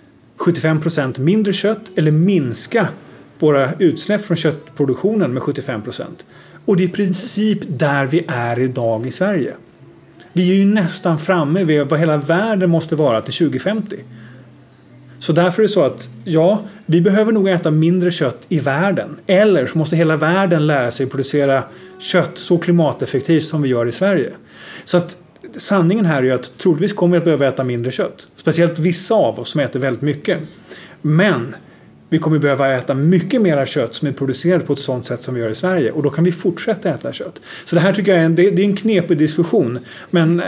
75% mindre kött eller minska våra utsläpp från köttproduktionen med 75%. Och det är i princip där vi är idag i Sverige. Vi är ju nästan framme vid vad hela världen måste vara till 2050. Så därför är det så att vi behöver nog äta mindre kött i världen. Eller så måste hela världen lära sig producera kött så klimateffektivt som vi gör i Sverige. Så att sanningen här är ju att troligtvis kommer vi att behöva äta mindre kött. Speciellt vissa av oss som äter väldigt mycket. Men vi kommer behöva äta mycket mer kött som är producerat på ett sådant sätt som vi gör i Sverige. Och då kan vi fortsätta äta kött. Så det här tycker jag det är en knepig diskussion. Men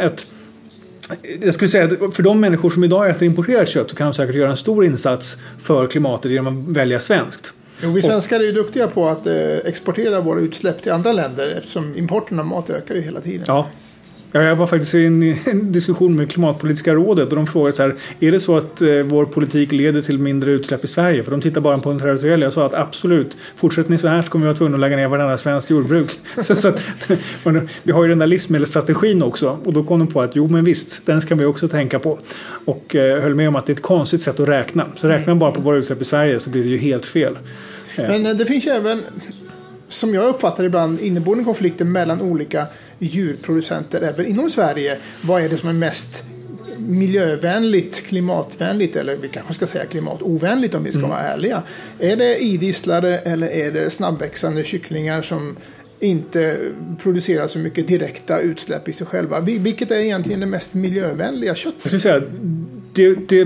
jag skulle säga att för de människor som idag äter importerat kött så kan de säkert göra en stor insats för klimatet genom att välja svenskt. Jo, vi svenskar är ju duktiga på att exportera våra utsläpp till andra länder eftersom importen av mat ökar ju hela tiden. Ja. Jag var faktiskt i en diskussion med Klimatpolitiska rådet och de frågade så här, är det så att vår politik leder till mindre utsläpp i Sverige? För de tittar bara på en territoriell. Jag sa att absolut, fortsätter ni så här så kommer vi vara tvungna att lägga ner varenda svensk jordbruk. så att, vi har ju den där livsmedelsstrategin också och då kom de på att jo men visst, den ska vi också tänka på. Och höll med om att det är ett konstigt sätt att räkna. Så räknar man bara på våra utsläpp i Sverige så blir det ju helt fel. Men det finns ju även, som jag uppfattar ibland, inneboende konflikter mellan olika djurproducenter även inom Sverige. Vad är det som är mest miljövänligt, klimatvänligt eller vi kanske ska säga klimatovänligt om vi ska vara ärliga. Är det idisslare eller är det snabbväxande kycklingar som inte producerar så mycket direkta utsläpp i sig själva? Vilket är egentligen det mest miljövänliga köttet? Jag skulle säga det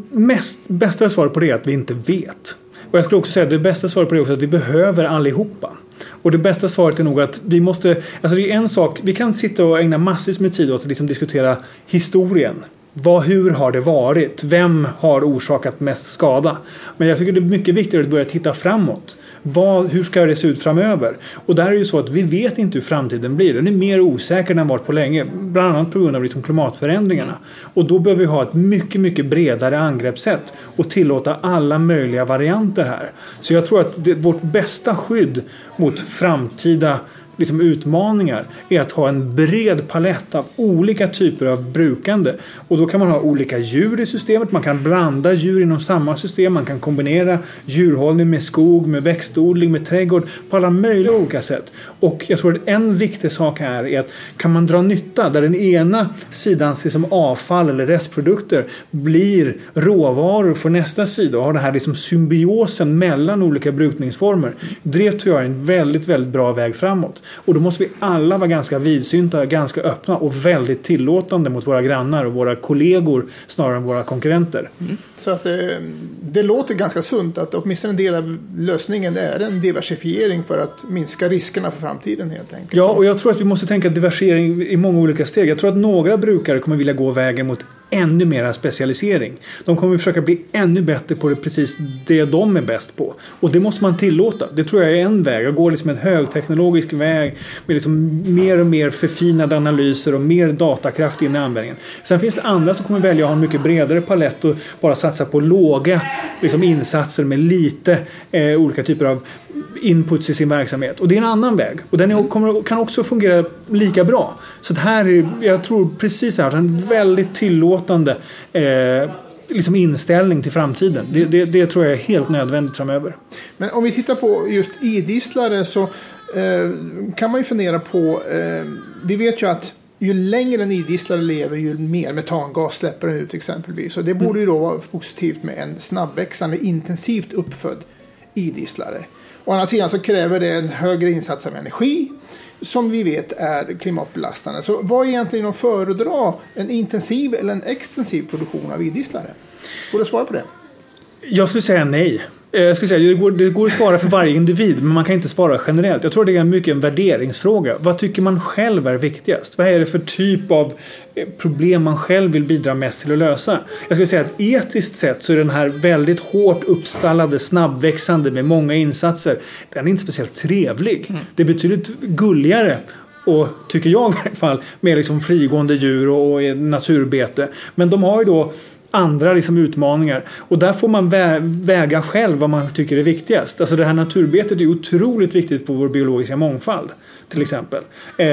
bästa svaret på det är att vi inte vet. Och jag skulle också säga att det bästa svaret på det är också att vi behöver allihopa. Och det bästa svaret är nog att vi måste, alltså det är en sak, vi kan sitta och ägna massvis med tid åt att liksom diskutera historien. Hur har det varit? Vem har orsakat mest skada? Men jag tycker det är mycket viktigare att börja titta framåt. Hur ska det se ut framöver? Och där är det ju så att vi vet inte hur framtiden blir. Den är mer osäker än den varit på länge. Bland annat på grund av liksom klimatförändringarna. Och då behöver vi ha ett mycket, mycket bredare angreppssätt. Och tillåta alla möjliga varianter här. Så jag tror att vårt bästa skydd mot framtida liksom utmaningar är att ha en bred palett av olika typer av brukande. Och då kan man ha olika djur i systemet. Man kan blanda djur inom samma system. Man kan kombinera djurhållning med skog, med växtodling, med trädgård på alla möjliga olika sätt. Och jag tror att en viktig sak här är att kan man dra nytta där den ena sidans liksom avfall eller restprodukter blir råvaror för nästa sida och har den här liksom symbiosen mellan olika brukningsformer. Det tror jag är en väldigt, väldigt bra väg framåt. Och då måste vi alla vara ganska vidsynta, ganska öppna och väldigt tillåtande mot våra grannar och våra kollegor snarare än våra konkurrenter. Så att det låter ganska sunt att åtminstone en del av lösningen är en diversifiering för att minska riskerna för framtiden helt enkelt. Ja, och jag tror att vi måste tänka diversifiering i många olika steg. Jag tror att några brukare kommer vilja gå vägen mot ännu mer specialisering. De kommer försöka bli ännu bättre på precis det de är bäst på. Och det måste man tillåta. Det tror jag är en väg. Jag går liksom en högteknologisk väg med liksom mer och mer förfinade analyser och mer datakraft in i användningen. Sen finns det andra som kommer välja att ha en mycket bredare palett och bara satsa på låga liksom insatser med lite olika typer av inputs i sin verksamhet. Och det är en annan väg. Och den kan också fungera lika bra. Så det här är, jag tror precis det här, en väldigt tillåtande liksom inställning till framtiden. Det tror jag är helt nödvändigt framöver. Men om vi tittar på just idisslare så kan man ju fundera på, vi vet ju att ju längre en idisslare lever ju mer metangas släpper den ut exempelvis. Så det borde ju då vara positivt med en snabbväxande, intensivt uppfödd idisslare. Å andra sidan så kräver det en högre insats av energi som vi vet är klimatbelastande. Så vad är egentligen att föredra, en intensiv eller en extensiv produktion av idisslare? Går du svara på det? Jag skulle säga nej. Jag skulle säga det går att svara för varje individ, men man kan inte svara generellt. Jag tror det är mycket en värderingsfråga. Vad tycker man själv är viktigast? Vad är det för typ av problem man själv vill bidra mest till att lösa? Jag skulle säga att etiskt sett så är den här väldigt hårt uppstallade, snabbväxande med många insatser, den är inte speciellt trevlig. Det är betydligt gulligare och tycker jag i alla fall med liksom frigående djur och naturbete. Men de har ju då andra liksom utmaningar. Och där får man väga själv vad man tycker är viktigast. Alltså det här naturbetet är otroligt viktigt för vår biologiska mångfald till exempel.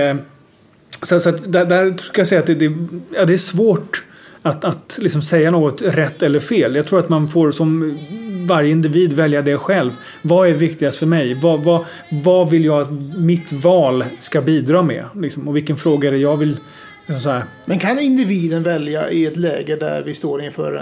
Så att där ska jag säga att det är svårt att liksom säga något rätt eller fel. Jag tror att man får som varje individ välja det själv. Vad är viktigast för mig? Vad vill jag att mitt val ska bidra med? Liksom, och vilken fråga är det jag vill... Så här. Men kan individen välja i ett läge där vi står inför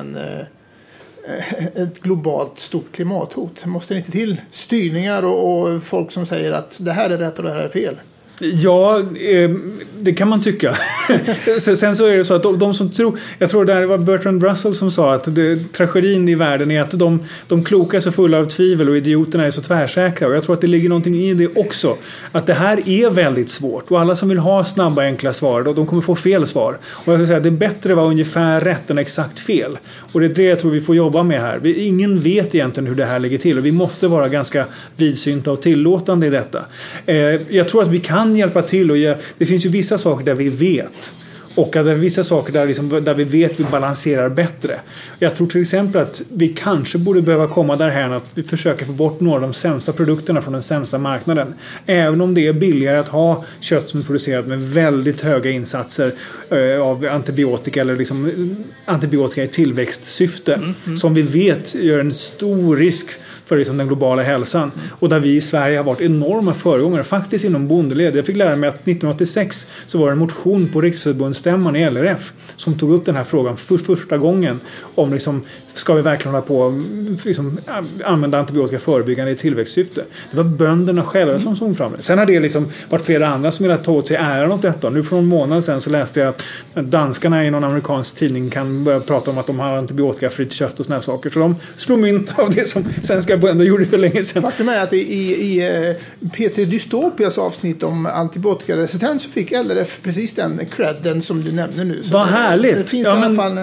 ett globalt stort klimathot? Måste det inte till styrningar och folk som säger att det här är rätt och det här är fel? Ja, det kan man tycka. Sen så är det så att de som tror... Jag tror det var Bertrand Russell som sa att tragedin i världen är att de kloka är så fulla av tvivel och idioterna är så tvärsäkra. Och jag tror att det ligger någonting i det också. Att det här är väldigt svårt. Och alla som vill ha snabba, enkla svar, de kommer få fel svar. Och jag skulle säga att det är bättre att vara ungefär rätt än exakt fel. Och det är det jag tror vi får jobba med här. Ingen vet egentligen hur det här ligger till. Och vi måste vara ganska vidsynta och tillåtande i detta. Jag tror att vi kan hjälpa till och det finns ju vissa saker där vi vet och att det är vissa saker där vi vet vi balanserar bättre. Jag tror till exempel att vi kanske borde behöva komma därhän att vi försöker få bort några av de sämsta produkterna från den sämsta marknaden. Även om det är billigare att ha kött som är producerat med väldigt höga insatser av antibiotika eller liksom antibiotika i tillväxtsyfte som vi vet gör en stor risk för liksom den globala hälsan. Och där vi i Sverige har varit enorma föregångare. Faktiskt inom bondeled. Jag fick lära mig att 1986 så var det en motion på Riksförbundsstämman i LRF som tog upp den här frågan för första gången. Om liksom, ska vi verkligen hålla på liksom, använda antibiotika förebyggande i tillväxtsyfte. Det var bönderna själva som såg fram det. Sen har det liksom varit flera andra som ville ta åt sig äran åt detta. Nu för en månad sedan så läste jag att danskarna i någon amerikansk tidning kan börja prata om att de har antibiotikafritt kött och såna här saker. Så de slår mynt av det som svenska bönder gjorde för länge sedan. Faktum är att i P3 Dystopias avsnitt om antibiotikaresistens så fick LRF precis den credden som du nämner nu. Så vad härligt! Det finns i alla fall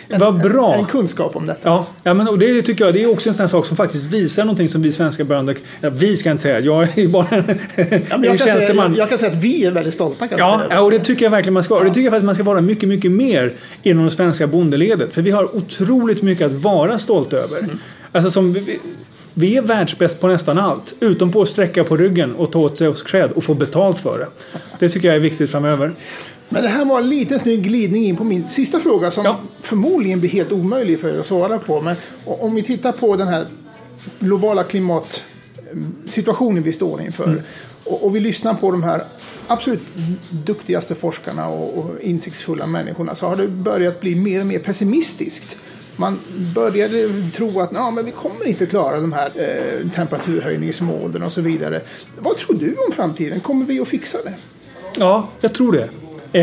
en kunskap om detta. Ja, men och det tycker jag det är också en sån sak som faktiskt visar någonting som vi svenska bönder, vi ska inte säga, jag är bara en tjänsteman. Jag kan säga att vi är väldigt stolta. Och det tycker jag verkligen man ska vara. Och det tycker jag faktiskt man ska vara mycket, mycket mer inom det svenska bondeledet. För vi har otroligt mycket att vara stolt över. Alltså som vi är världsbäst på nästan allt. Utom på att sträcka på ryggen och ta åt sig oss cred och få betalt för det. Det tycker jag är viktigt framöver. Men det här var en liten snygg glidning in på min sista fråga som förmodligen blir helt omöjlig för er att svara på. Men om vi tittar på den här globala klimatsituationen vi står inför och vi lyssnar på de här absolut duktigaste forskarna och insiktsfulla människorna, så har det börjat bli mer och mer pessimistiskt. Man började tro att men vi kommer inte klara de här temperaturhöjningsmålen och så vidare. Vad tror du om framtiden? Kommer vi att fixa det? Ja, jag tror det.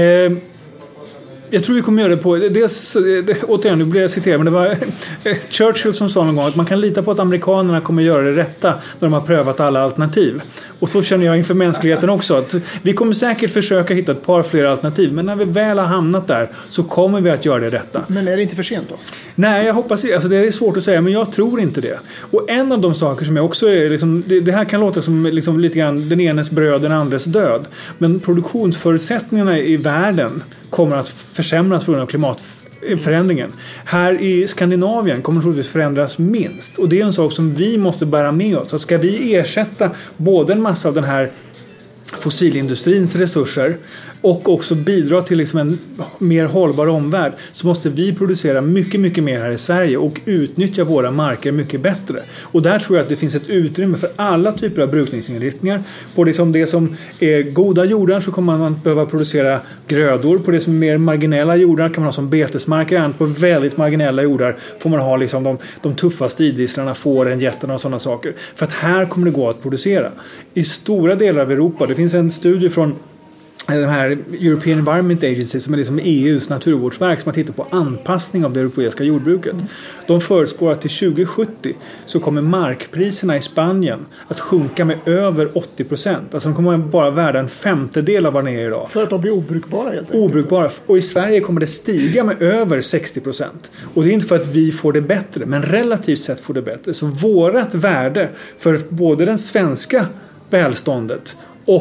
Jag tror vi kommer göra det på... återigen, nu blir jag citerad, men det var Churchill som sa någon gång att man kan lita på att amerikanerna kommer göra det rätta när de har prövat alla alternativ. Och så känner jag inför mänskligheten också. Att vi kommer säkert försöka hitta ett par fler alternativ, men när vi väl har hamnat där så kommer vi att göra det rätta. Men är det inte för sent då? Nej, jag hoppas det. Alltså det är svårt att säga, men jag tror inte det. Och en av de saker som jag också är... Liksom, det här kan låta som liksom lite grann den enes bröd, den andres död. Men produktionsförutsättningarna i världen kommer att försämras på grund av klimatförändringen. Här i Skandinavien kommer det troligtvis förändras minst. Och det är en sak som vi måste bära med oss. Så ska vi ersätta både en massa av den här fossilindustrins resurser och också bidra till liksom en mer hållbar omvärld, så måste vi producera mycket, mycket mer här i Sverige och utnyttja våra marker mycket bättre. Och där tror jag att det finns ett utrymme för alla typer av brukningsinriktningar. På det som är goda jordar så kommer man behöva producera grödor. På det som är mer marginella jordar kan man ha som betesmarker. På väldigt marginella jordar får man ha liksom de tuffaste idisslarna, fåren, getterna och sådana saker. För att här kommer det gå att producera. I stora delar av Europa, det finns en studie från den här European Environment Agency som är liksom EUs naturvårdsverk som har tittat på anpassning av det europeiska jordbruket. De förutspår att till 2070 så kommer markpriserna i Spanien att sjunka med över 80%. Alltså de kommer bara värda en femtedel av vad de är idag. För att de blir obrukbara helt enkelt. Obrukbara. Och i Sverige kommer det stiga med över 60%. Och det är inte för att vi får det bättre, men relativt sett får det bättre. Så vårat värde för både den svenska välståndet och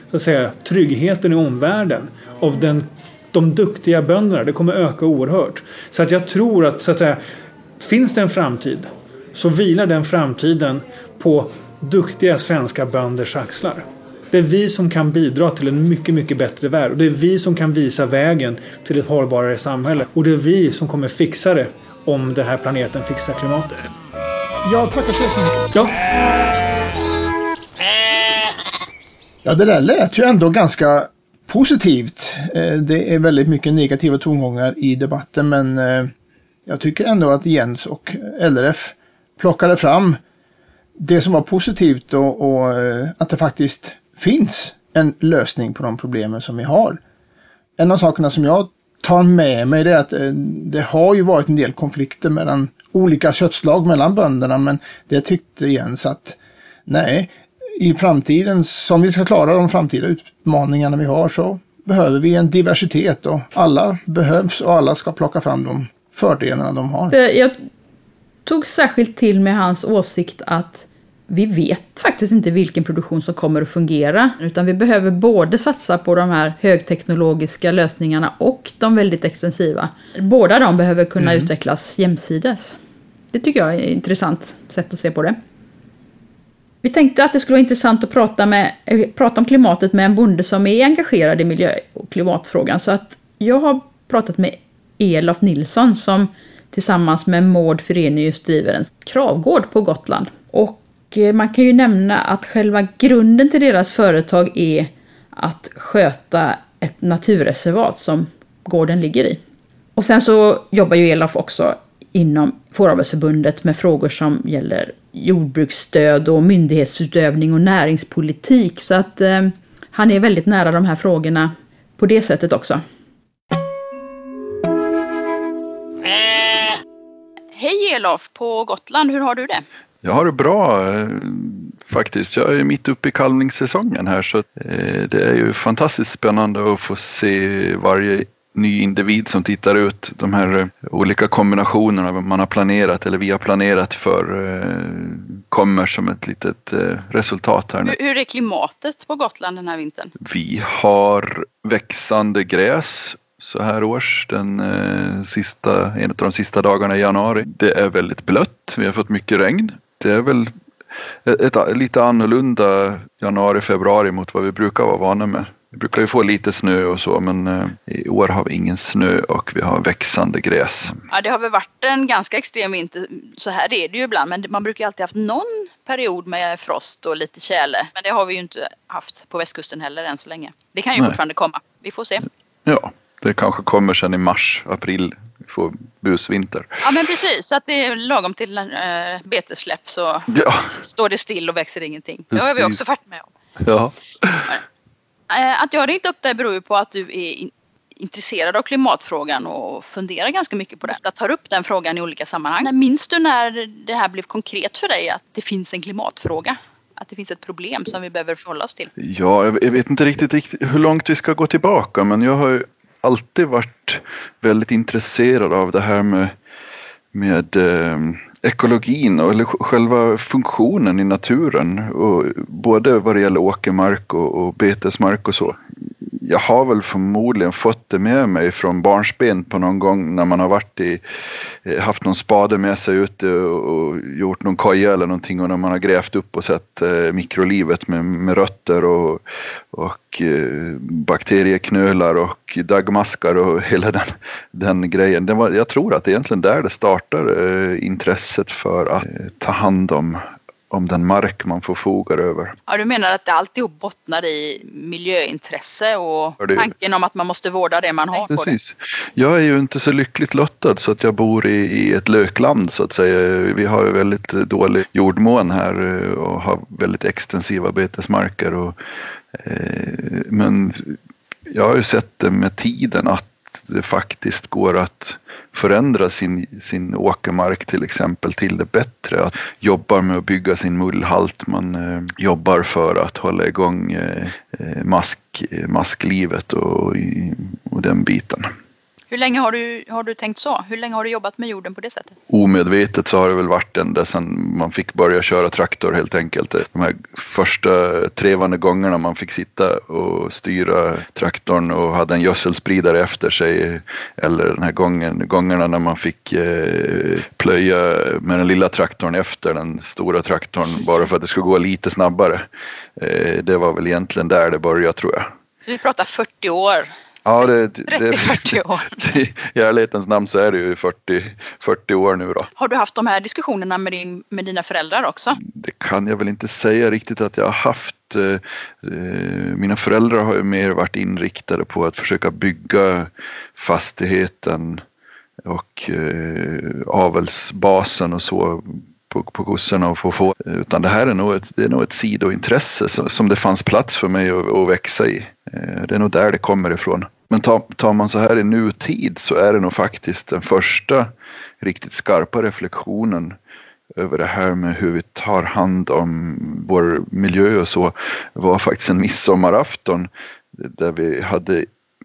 så att säga, tryggheten i omvärlden av de duktiga bönderna, det kommer öka oerhört. Så att jag tror att, så att säga, finns det en framtid så vilar den framtiden på duktiga svenska bönders axlar. Det är vi som kan bidra till en mycket, mycket bättre värld. Och det är vi som kan visa vägen till ett hållbarare samhälle. Och det är vi som kommer fixa det om den här planeten fixar klimatet. Ja, tackar så jättemycket. Ja. Ja, det där lät ju ändå ganska positivt. Det är väldigt mycket negativa tongångar i debatten, men jag tycker ändå att Jens och LRF plockade fram det som var positivt och att det faktiskt finns en lösning på de problemen som vi har. En av sakerna som jag tar med mig är att det har ju varit en del konflikter mellan olika köttslag mellan bönderna, men det tyckte Jens att nej, i framtiden, som vi ska klara de framtida utmaningarna vi har, så behöver vi en diversitet och alla behövs och alla ska plocka fram de fördelarna de har. Jag tog särskilt till med hans åsikt att vi vet faktiskt inte vilken produktion som kommer att fungera, utan vi behöver både satsa på de här högteknologiska lösningarna och de väldigt extensiva. Båda de behöver kunna utvecklas jämsides. Det tycker jag är ett intressant sätt att se på det. Vi tänkte att det skulle vara intressant att prata om klimatet med en bonde som är engagerad i miljö- och klimatfrågan. Så att jag har pratat med Elof Nilsson som tillsammans med Maud Fyrenius driver en kravgård på Gotland. Och man kan ju nämna att själva grunden till deras företag är att sköta ett naturreservat som gården ligger i. Och sen så jobbar ju Elof också inom Fåravelsförbundet med frågor som gäller jordbruksstöd och myndighetsutövning och näringspolitik. Så att han är väldigt nära de här frågorna på det sättet också. Hej Elof på Gotland, hur har du det? Jag har det bra faktiskt. Jag är mitt uppe i kalvningssäsongen här, så det är ju fantastiskt spännande att få se varje ny individ som tittar ut. De här olika kombinationerna man har planerat eller vi har planerat för kommer som ett litet resultat här nu. Hur är klimatet på Gotland den här vintern? Vi har växande gräs så här års, en av de sista dagarna i januari. Det är väldigt blött, vi har fått mycket regn. Det är väl ett lite annorlunda januari-februari mot vad vi brukar vara vana med. Vi brukar ju få lite snö och så, men i år har vi ingen snö och vi har växande gräs. Ja, det har väl varit en ganska extrem vinter. Så här är det ju ibland, men man brukar ju alltid haft någon period med frost och lite tjäle. Men det har vi ju inte haft på västkusten heller än så länge. Det kan ju fortfarande komma. Vi får se. Ja, det kanske kommer sen i mars, april. Vi får busvinter. Ja, men precis. Så att det är lagom till betesläpp så står det still och växer ingenting. Det har vi också varit med om. Ja. Att jag ringt upp dig beror ju på att du är intresserad av klimatfrågan och funderar ganska mycket på det. Jag tar upp den frågan i olika sammanhang. Minns du när det här blev konkret för dig att det finns en klimatfråga? Att det finns ett problem som vi behöver förhålla oss till? Ja, jag vet inte riktigt hur långt vi ska gå tillbaka, men jag har ju alltid varit väldigt intresserad av det här med ekologin eller själva funktionen i naturen, och både vad det gäller åkermark och betesmark och så. Jag har väl förmodligen fått det med mig från barnsben på någon gång när man har haft någon spade med sig ute och gjort någon koja eller någonting, och när man har grävt upp och sett mikrolivet med rötter och bakterieknölar och dagmaskar och hela den grejen. Jag tror att det är egentligen där det startar intresset för att ta hand om den mark man förfogar över. Ja, du menar att det alltid bottnar i miljöintresse och tanken om att man måste vårda det man har. Precis. Jag är ju inte så lyckligt lottad så att jag bor i ett lökland så att säga. Vi har ju väldigt dålig jordmån här och har väldigt extensiva betesmarker. Men jag har ju sett det med tiden att det faktiskt går att förändra sin åkermark till exempel till det bättre. Att jobbar med att bygga sin mullhalt, man jobbar för att hålla igång masklivet och den biten. Hur länge har du tänkt så? Hur länge har du jobbat med jorden på det sättet? Omedvetet så har det väl varit ända sedan man fick börja köra traktor helt enkelt. De här första trevande gångerna man fick sitta och styra traktorn och hade en gödselspridare efter sig. Eller den här gångerna när man fick plöja med den lilla traktorn efter den stora traktorn bara för att det skulle gå lite snabbare. Det var väl egentligen där det började, tror jag. Så vi pratar 40 år. Ja, 30-40 år. I ärlighetens namn så är det ju 40 år nu då. Har du haft de här diskussionerna med dina föräldrar också? Det kan jag väl inte säga riktigt att jag har haft. Mina föräldrar har ju mer varit inriktade på att försöka bygga fastigheten och avelsbasen och så på kossorna och få. Utan det här är nog ett sidointresse som det fanns plats för mig att växa i. Det är nog där det kommer ifrån. Men tar man så här i nutid så är det nog faktiskt den första riktigt skarpa reflektionen över det här med hur vi tar hand om vår miljö och så var faktiskt en midsommarafton där vi hade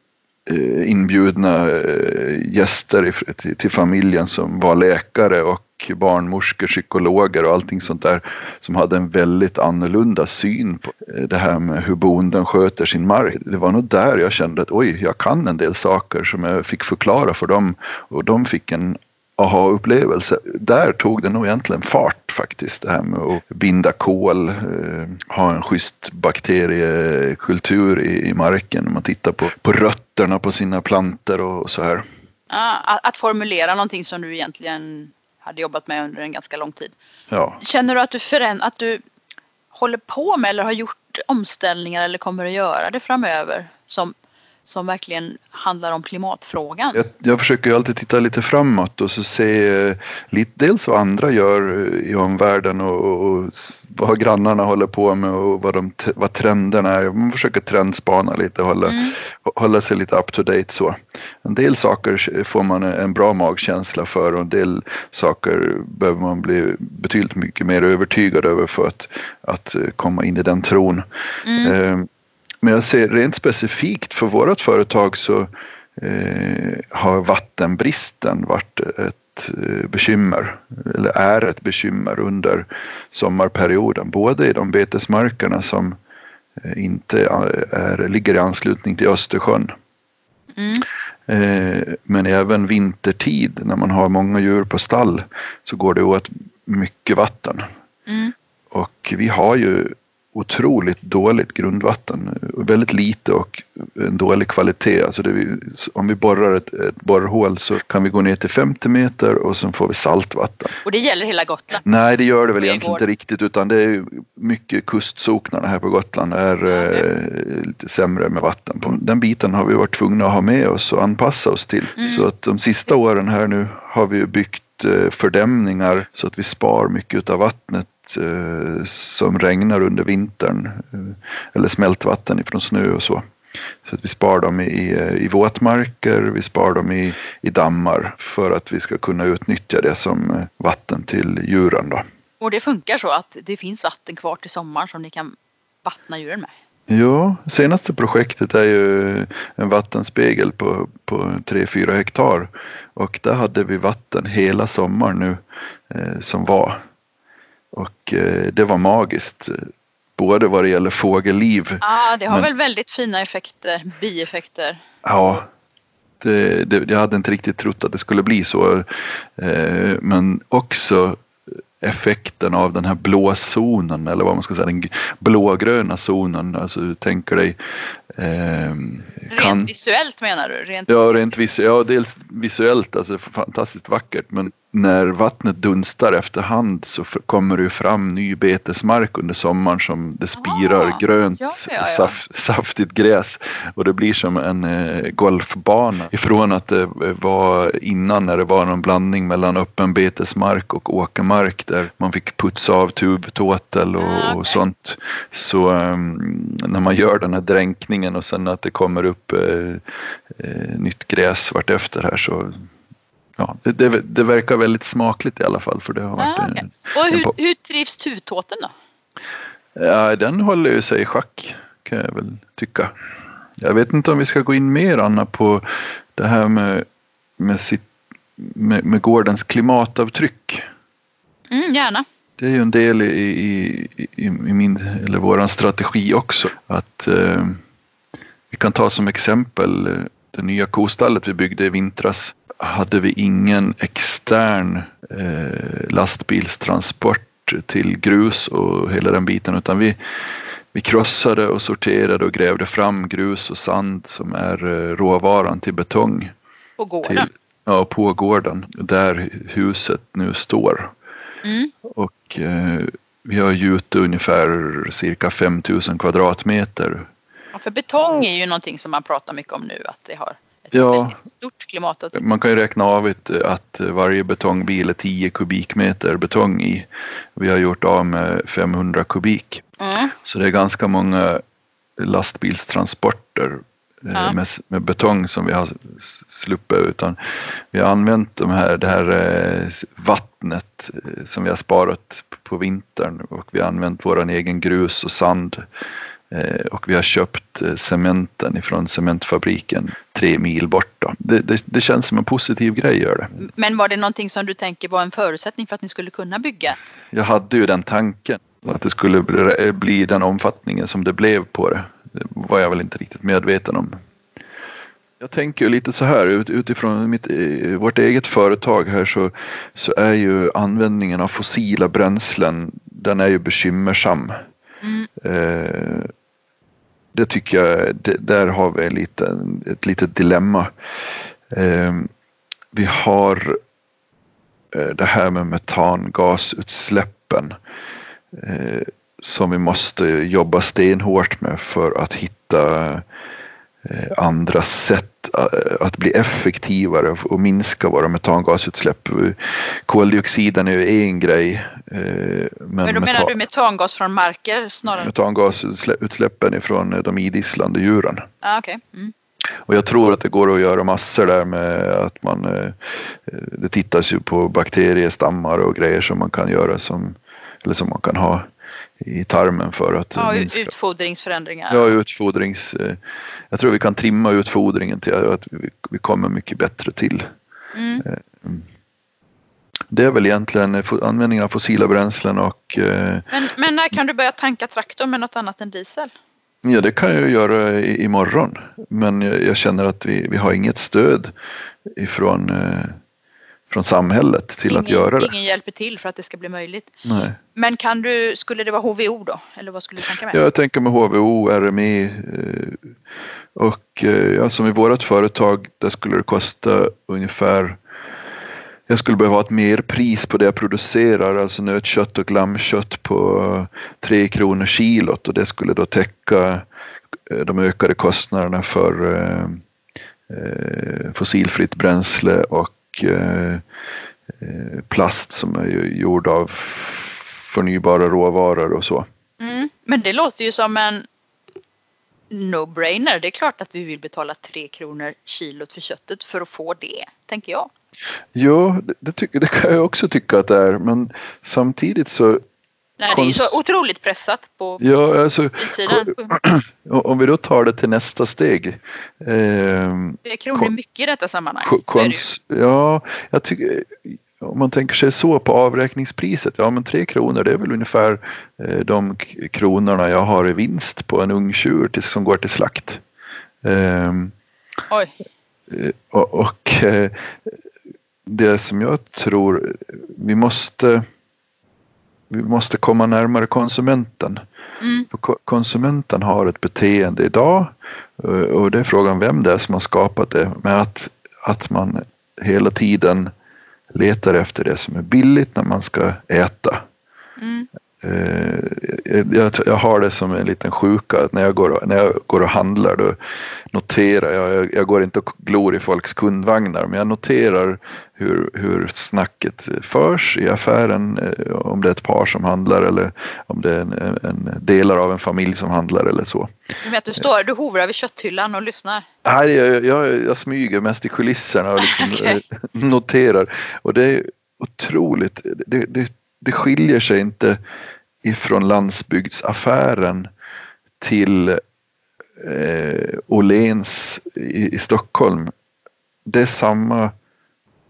inbjudna gäster till familjen som var läkare och barnmorskor, psykologer och allting sånt där som hade en väldigt annorlunda syn på det här med hur bonden sköter sin mark. Det var nog där jag kände att jag kan en del saker som jag fick förklara för dem och de fick en aha-upplevelse. Där tog det nog egentligen fart faktiskt, det här med att binda kol, ha en schysst bakteriekultur i marken. Man tittar på rötterna på sina planter och så här. Att formulera någonting som du egentligen hade jobbat med under en ganska lång tid. Ja. Känner du att du håller på med eller har gjort omställningar eller kommer att göra det framöver som verkligen handlar om klimatfrågan? Jag försöker ju alltid titta lite framåt och så se dels vad andra gör i omvärlden och vad grannarna håller på med och vad trenderna är. Man försöker trendspana lite och hålla sig lite up to date så. En del saker får man en bra magkänsla för och en del saker behöver man bli betydligt mycket mer övertygad över för att komma in i den tron. Men jag ser rent specifikt för vårt företag så har vattenbristen varit ett bekymmer eller är ett bekymmer under sommarperioden. Både i de betesmarkerna som inte ligger i anslutning till Östersjön. Men även vintertid när man har många djur på stall så går det åt mycket vatten. Och vi har ju otroligt dåligt grundvatten. Väldigt lite och en dålig kvalitet. Alltså om vi borrar ett borrhål så kan vi gå ner till 50 meter och sen får vi saltvatten. Och det gäller hela Gotland? Nej, det gör det väl egentligen inte riktigt utan det är mycket kustsocknarna här på Gotland är lite sämre med vatten. På den biten har vi varit tvungna att ha med oss och anpassa oss till. Så att de sista åren här nu har vi byggt fördämningar så att vi spar mycket av vattnet som regnar under vintern eller smältvatten ifrån snö och så. Så att vi spar dem i våtmarker, vi spar dem i dammar för att vi ska kunna utnyttja det som vatten till djuren då. Och det funkar så att det finns vatten kvar till sommar som ni kan vattna djuren med? Ja, senaste projektet är ju en vattenspegel på 3-4 hektar och där hade vi vatten hela sommaren nu som var. Och det var magiskt, både vad det gäller fågelliv. Ja, det har väl väldigt fina bieffekter. Ja, jag hade inte riktigt trott att det skulle bli så. Men också effekten av den här blå zonen, eller vad man ska säga, den blågröna zonen. Alltså du tänker dig... Rent visuellt menar du? Rent visuellt. Ja, dels visuellt, alltså fantastiskt vackert. Men när vattnet dunstar efterhand så kommer det fram ny betesmark under sommaren som det spirar grönt, saftigt gräs. Och det blir som en golfbana. Ifrån att det var innan när det var någon blandning mellan öppen betesmark och åkermark där man fick putsa av tubtåtel och sånt. Så när man gör den här dränkningen och sen att det kommer upp nytt gräs vart efter här så ja, det verkar väldigt smakligt i alla fall för det har varit Och hur trivs tuvtåten då? Ja, den håller ju sig i schack kan jag väl tycka. Jag vet inte om vi ska gå in mer Anna på det här med med gårdens klimatavtryck. Gärna. Det är ju en del i min eller våran strategi också. Att vi kan ta som exempel det nya kostallet vi byggde i vintras. Hade vi ingen extern lastbilstransport till grus och hela den biten, utan vi krossade och sorterade och grävde fram grus och sand som är råvaran till betong. På gården? På gården där huset nu står. Och vi har gjutit ungefär cirka 5000 kvadratmeter. Ja, för betong är ju någonting som man pratar mycket om nu, att det har ett väldigt stort klimatavtryck. Man kan ju räkna av att varje betongbil är 10 kubikmeter betong i. Vi har gjort av med 500 kubik. Så det är ganska många lastbilstransporter med betong som vi har sluppit, utan vi har använt det här vattnet som vi har sparat på vintern, och vi har använt våran egen grus och sand, och vi har köpt cementen ifrån cementfabriken 3 mil bort då. Det känns som en positiv grej, gör det. Men var det någonting som du tänker var en förutsättning för att ni skulle kunna bygga? Jag hade ju den tanken att det skulle bli den omfattningen som det blev på det. Det var jag väl inte riktigt medveten om. Jag tänker lite så här utifrån vårt eget företag här, så är ju användningen av fossila bränslen, den är ju bekymmersam. Det tycker jag, där har vi ett litet dilemma. Vi har det här med metangasutsläppen som vi måste jobba stenhårt med för att hitta andra sätt att bli effektivare och minska våra metangasutsläpp. Koldioxiden är ju en grej. Men då menar du metangas från marker snarare? Metangasutsläppen ifrån de idisslande djuren. Okay. Och jag tror att det går att göra massor där med att det tittas ju på bakteriestammar och grejer som man kan göra som man kan ha i tarmen för att minska. Utfodringsförändringar. Ja, jag tror vi kan trimma utfodringen till att vi kommer mycket bättre till. Det är väl egentligen användningen av fossila bränslen och... Men när kan du börja tanka traktorn med något annat än diesel? Ja, det kan jag göra imorgon. Men jag känner att vi har inget stöd från samhället till att göra det. Ingen hjälper till för att det ska bli möjligt. Nej. Men skulle det vara HVO då? Eller vad skulle du tänka med? Jag tänker med HVO, RME och som i vårt företag, där skulle det kosta ungefär, jag skulle behöva ha ett mer pris på det jag producerar, alltså nötkött och lammkött på 3 kronor kilot, och det skulle då täcka de ökade kostnaderna för fossilfritt bränsle och plast som är gjord av förnybara råvaror och så. Men det låter ju som en no-brainer. Det är klart att vi vill betala 3 kronor kilot för köttet för att få det, tänker jag. Jo, det kan jag också tycka att det är, men samtidigt så... Nej, det är ju så otroligt pressat på sidan. Om vi då tar det till nästa steg. 3 kronor är mycket i detta sammanhang. Jag tycker, om man tänker sig så på avräkningspriset, men 3 kronor, det är väl ungefär de kronorna jag har i vinst på en ungtjur som går till slakt. Oj. Och det som jag tror vi måste komma närmare konsumenten. För konsumenten har ett beteende idag, och det är frågan vem det är som har skapat det, med att man hela tiden letar efter det som är billigt när man ska äta. Jag har det som en liten sjuka, att när jag går och handlar, då noterar jag går inte och glor i folks kundvagnar, men jag noterar hur snacket förs i affären, om det är ett par som handlar eller om det är en delar av en familj som handlar eller så. Du vet, du hovrar vid kötthyllan och lyssnar? Nej, jag smyger mest i kulisserna och liksom noterar, och det är otroligt, det skiljer sig inte ifrån landsbygdsaffären till Åhléns i Stockholm. Det är samma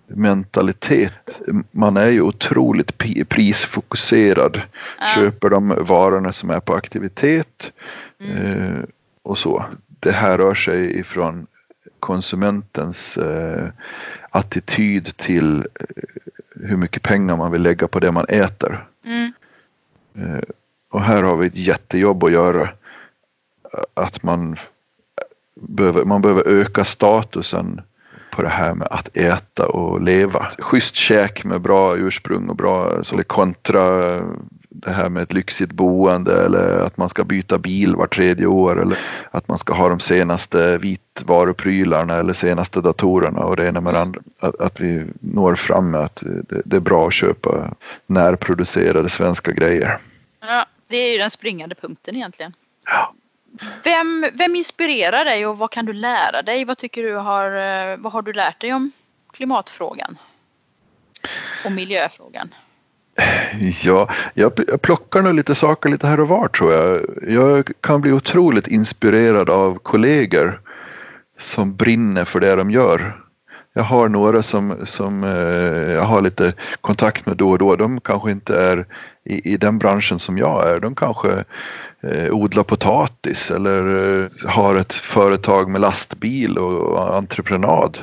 mentalitet. Man är ju otroligt prisfokuserad. Köper de varorna som är på aktivitet och så. Det här rör sig ifrån konsumentens attityd till hur mycket pengar man vill lägga på det man äter. Och här har vi ett jättejobb att göra. Att man behöver öka statusen på det här med att äta och leva. Schysst käk med bra ursprung och bra så kontra det här med ett lyxigt boende eller att man ska byta bil var 3:e år eller att man ska ha de senaste vitvaruprylarna eller senaste datorerna och det ena med det andra. Att vi når fram med att det är bra att köpa närproducerade svenska grejer. Ja, det är ju den springande punkten egentligen. Ja. Vem inspirerar dig och vad kan du lära dig? Vad har du lärt dig om klimatfrågan och miljöfrågan? Ja, jag plockar nog lite saker lite här och var tror jag. Jag kan bli otroligt inspirerad av kollegor som brinner för det de gör. Jag har några som jag har lite kontakt med då och då. De kanske inte är i den branschen som jag är. De kanske odlar potatis eller har ett företag med lastbil och entreprenad.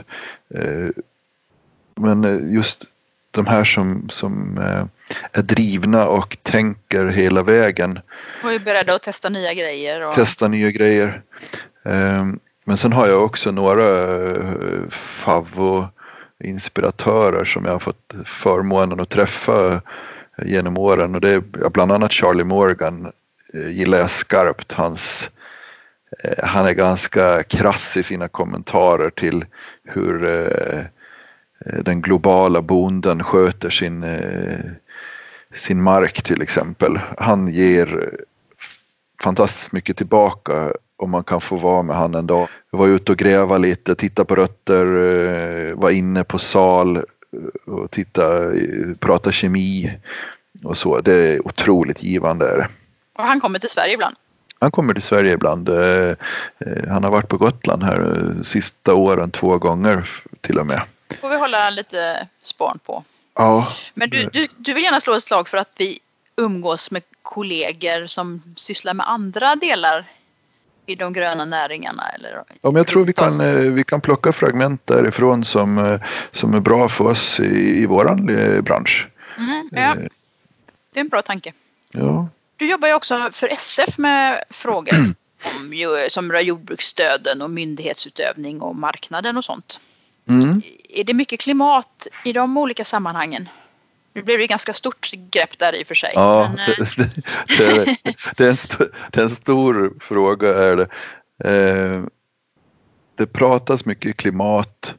Men just de här som är drivna och tänker hela vägen. Och är beredda att testa nya grejer. Testa nya grejer. Men sen har jag också några inspiratörer som jag har fått förmånen att träffa genom åren. Och det är bland annat Charlie Morgan. Gillar jag skarpt. Han är ganska krass i sina kommentarer till hur den globala bonden sköter sin mark till exempel. Han ger fantastiskt mycket tillbaka om man kan få vara med han en dag. Jag var ute och gräva lite, titta på rötter, var inne på sal och prata kemi och så. Det är otroligt givande. Och han kommer till Sverige ibland? Han kommer till Sverige ibland. Han har varit på Gotland här sista åren 2 gånger till och med. Får vi hålla lite span på. Ja. Men du vill gärna slå ett slag för att vi umgås med kollegor som sysslar med andra delar i de gröna näringarna? Eller? Ja, men jag tror vi kan plocka fragment därifrån som är bra för oss i våran bransch. Ja, det är en bra tanke. Ja. Du jobbar ju också för SF med frågor som rör jordbruksstöden och myndighetsutövning och marknaden och sånt. Är det mycket klimat i de olika sammanhangen? Nu blir det ganska stort grepp där i och för sig. Ja, det är en stor fråga är det. Det pratas mycket klimat.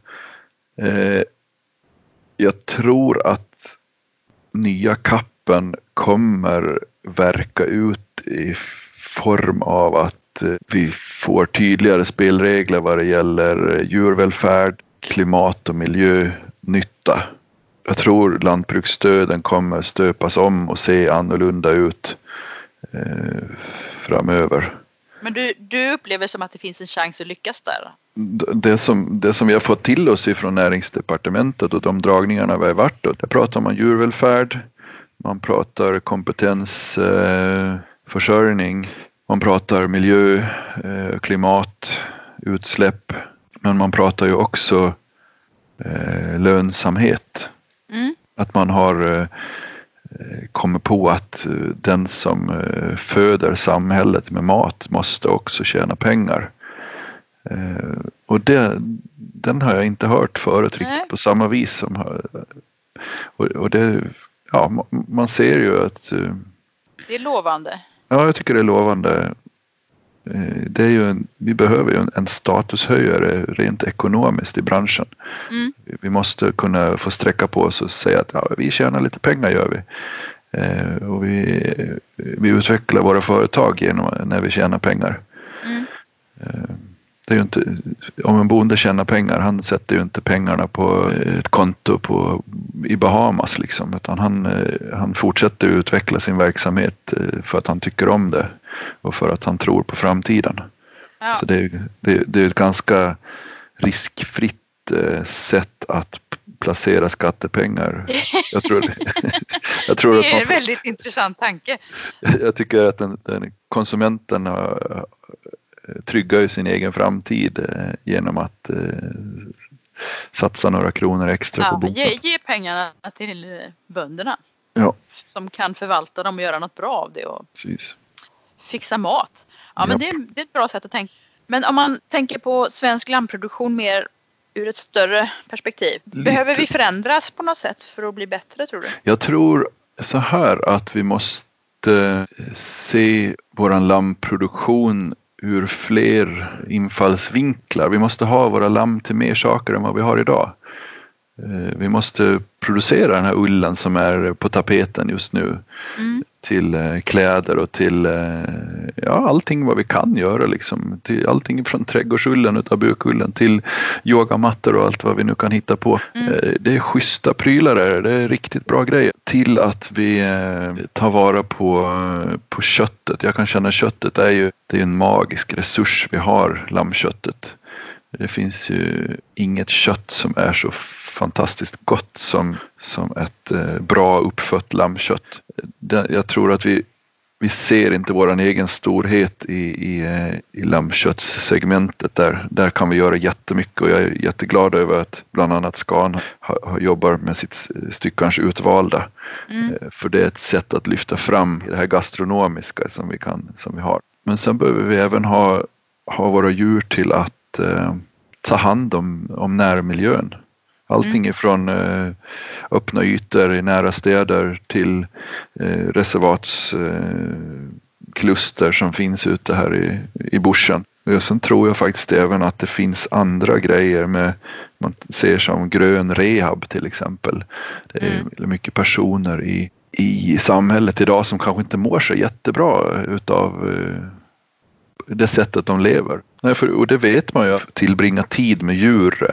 Jag tror att nya kappen kommer verka ut i form av att vi får tydligare spelregler vad det gäller djurvälfärd, klimat och miljönytta. Jag tror lantbruksstöden kommer stöpas om och se annorlunda ut framöver. Men du upplever som att det finns en chans att lyckas där? Det som vi har fått till oss ifrån näringsdepartementet och de dragningarna vi har varit då, där pratar man djurvälfärd, man pratar kompetensförsörjning, man pratar miljö, klimat, utsläpp, men man pratar ju också lönsamhet. Att man har kommit på att den som föder samhället med mat måste också tjäna pengar. Och den har jag inte hört förut riktigt på samma vis. Och det, ja, man ser ju att... Det är lovande. Ja, jag tycker det är lovande. Det är ju vi behöver ju en statushöjare rent ekonomiskt i branschen. Vi måste kunna få sträcka på oss och säga att vi tjänar lite pengar gör vi. Och vi utvecklar våra företag när vi tjänar pengar. Det är ju inte, om en bonde tjänar pengar, han sätter ju inte pengarna på ett konto i Bahamas liksom, utan han fortsätter utveckla sin verksamhet för att han tycker om det och för att han tror på framtiden. Ja. Så det är ett ganska riskfritt sätt att placera skattepengar. Jag tror det är en väldigt intressant tanke. Jag tycker att konsumenten tryggar ju sin egen framtid genom att satsa några kronor extra på boken. Ge pengarna till bönderna. Ja. Som kan förvalta dem och göra något bra av det och Precis. Fixa mat. Ja, men det är ett bra sätt att tänka. Men om man tänker på svensk lammproduktion mer ur ett större perspektiv. Behöver vi förändras på något sätt för att bli bättre, tror du? Jag tror så här att vi måste se våran lammproduktion ur fler infallsvinklar. Vi måste ha våra lamm till mer saker än vad vi har idag. Vi måste producera den här ullen som är på tapeten just nu till kläder och till allting vad vi kan göra liksom. Till allting från trädgårdsullen utav bukullen till yogamattor och allt vad vi nu kan hitta på. Det är schyssta prylar där, det är riktigt bra grejer. Till att vi tar vara på köttet. Jag kan känna att köttet det är en magisk resurs vi har, lammköttet. Det finns ju inget kött som är så fantastiskt gott som ett bra uppfött lammkött. Jag tror att vi ser inte våran egen storhet i lammköttssegmentet där kan vi göra jättemycket och jag är jätteglad över att bland annat Scan jobbar med sitt styckans utvalda. För det är ett sätt att lyfta fram det här gastronomiska som vi har. Men sen behöver vi även ha våra djur till att ta hand om närmiljön. Allting ifrån öppna ytor i nära städer till reservatskluster som finns ute här i bushen. Och sen tror jag faktiskt även att det finns andra grejer man ser som grön rehab till exempel. Det är mycket personer i samhället idag som kanske inte mår så jättebra utav det sättet de lever. Och det vet man ju, att tillbringa tid med djur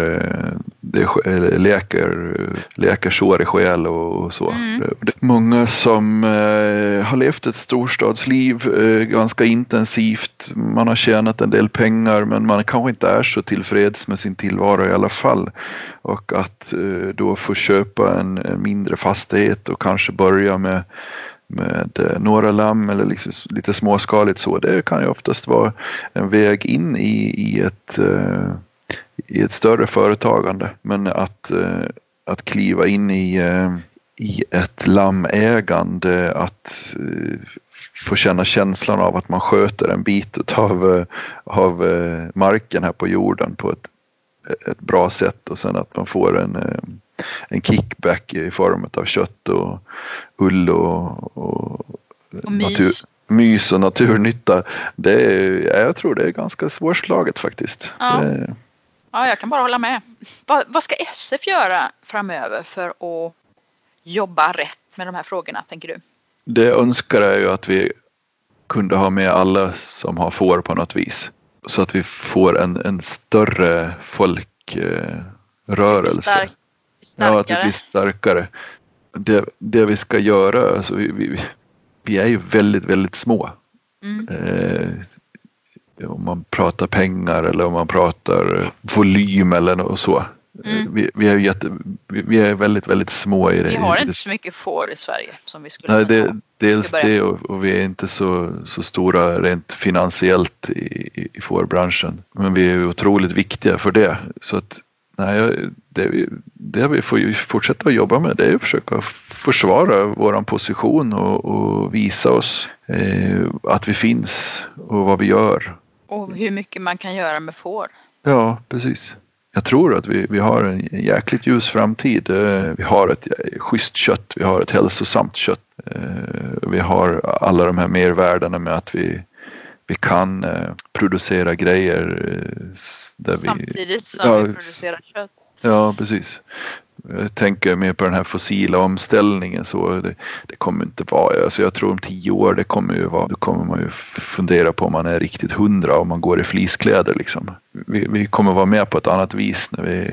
läker sår i själ och så. Det är många som har levt ett storstadsliv ganska intensivt. Man har tjänat en del pengar men man kanske inte är så tillfreds med sin tillvaro i alla fall. Och att då få köpa en mindre fastighet och kanske börja med några lamm eller liksom lite småskaligt så. Det kan ju oftast vara en väg in i ett större företagande. Men att kliva in i ett lammägande, att få känna känslan av att man sköter en bit av marken här på jorden på ett bra sätt och sen att man får en kickback i form av kött och ull och mys och naturnytta. Jag tror det är ganska svårslaget faktiskt. Ja. Ja, jag kan bara hålla med. Vad ska SF göra framöver för att jobba rätt med de här frågorna, tänker du? Det önskar jag ju att vi kunde ha med alla som har får på något vis. Så att vi får en större folkrörelse. Ja, att vi blir starkare. Det vi ska göra, alltså vi är ju väldigt, väldigt små. Om man pratar pengar eller om man pratar volym eller något så. Vi är väldigt, väldigt små i det. Vi har inte så mycket får i Sverige som vi skulle. Nej, dels det och vi är inte så stora rent finansiellt i fårbranschen. Men vi är otroligt viktiga för det. Så att det vi får ju fortsätta att jobba med, det är att försöka försvara våran position och visa oss att vi finns och vad vi gör. Och hur mycket man kan göra med får. Ja, precis. Jag tror att vi har en jäkligt ljus framtid. Vi har ett schysst kött, vi har ett hälsosamt kött. Vi har alla de här mervärdena med att vi kan producera grejer där samtidigt som vi producerar kött. Ja, precis. Jag tänker mer på den här fossila omställningen så det kommer inte vara, alltså jag tror om 10 år då kommer man ju fundera på om man är riktigt 100 om man går i fliskläder liksom. Vi kommer vara med på ett annat vis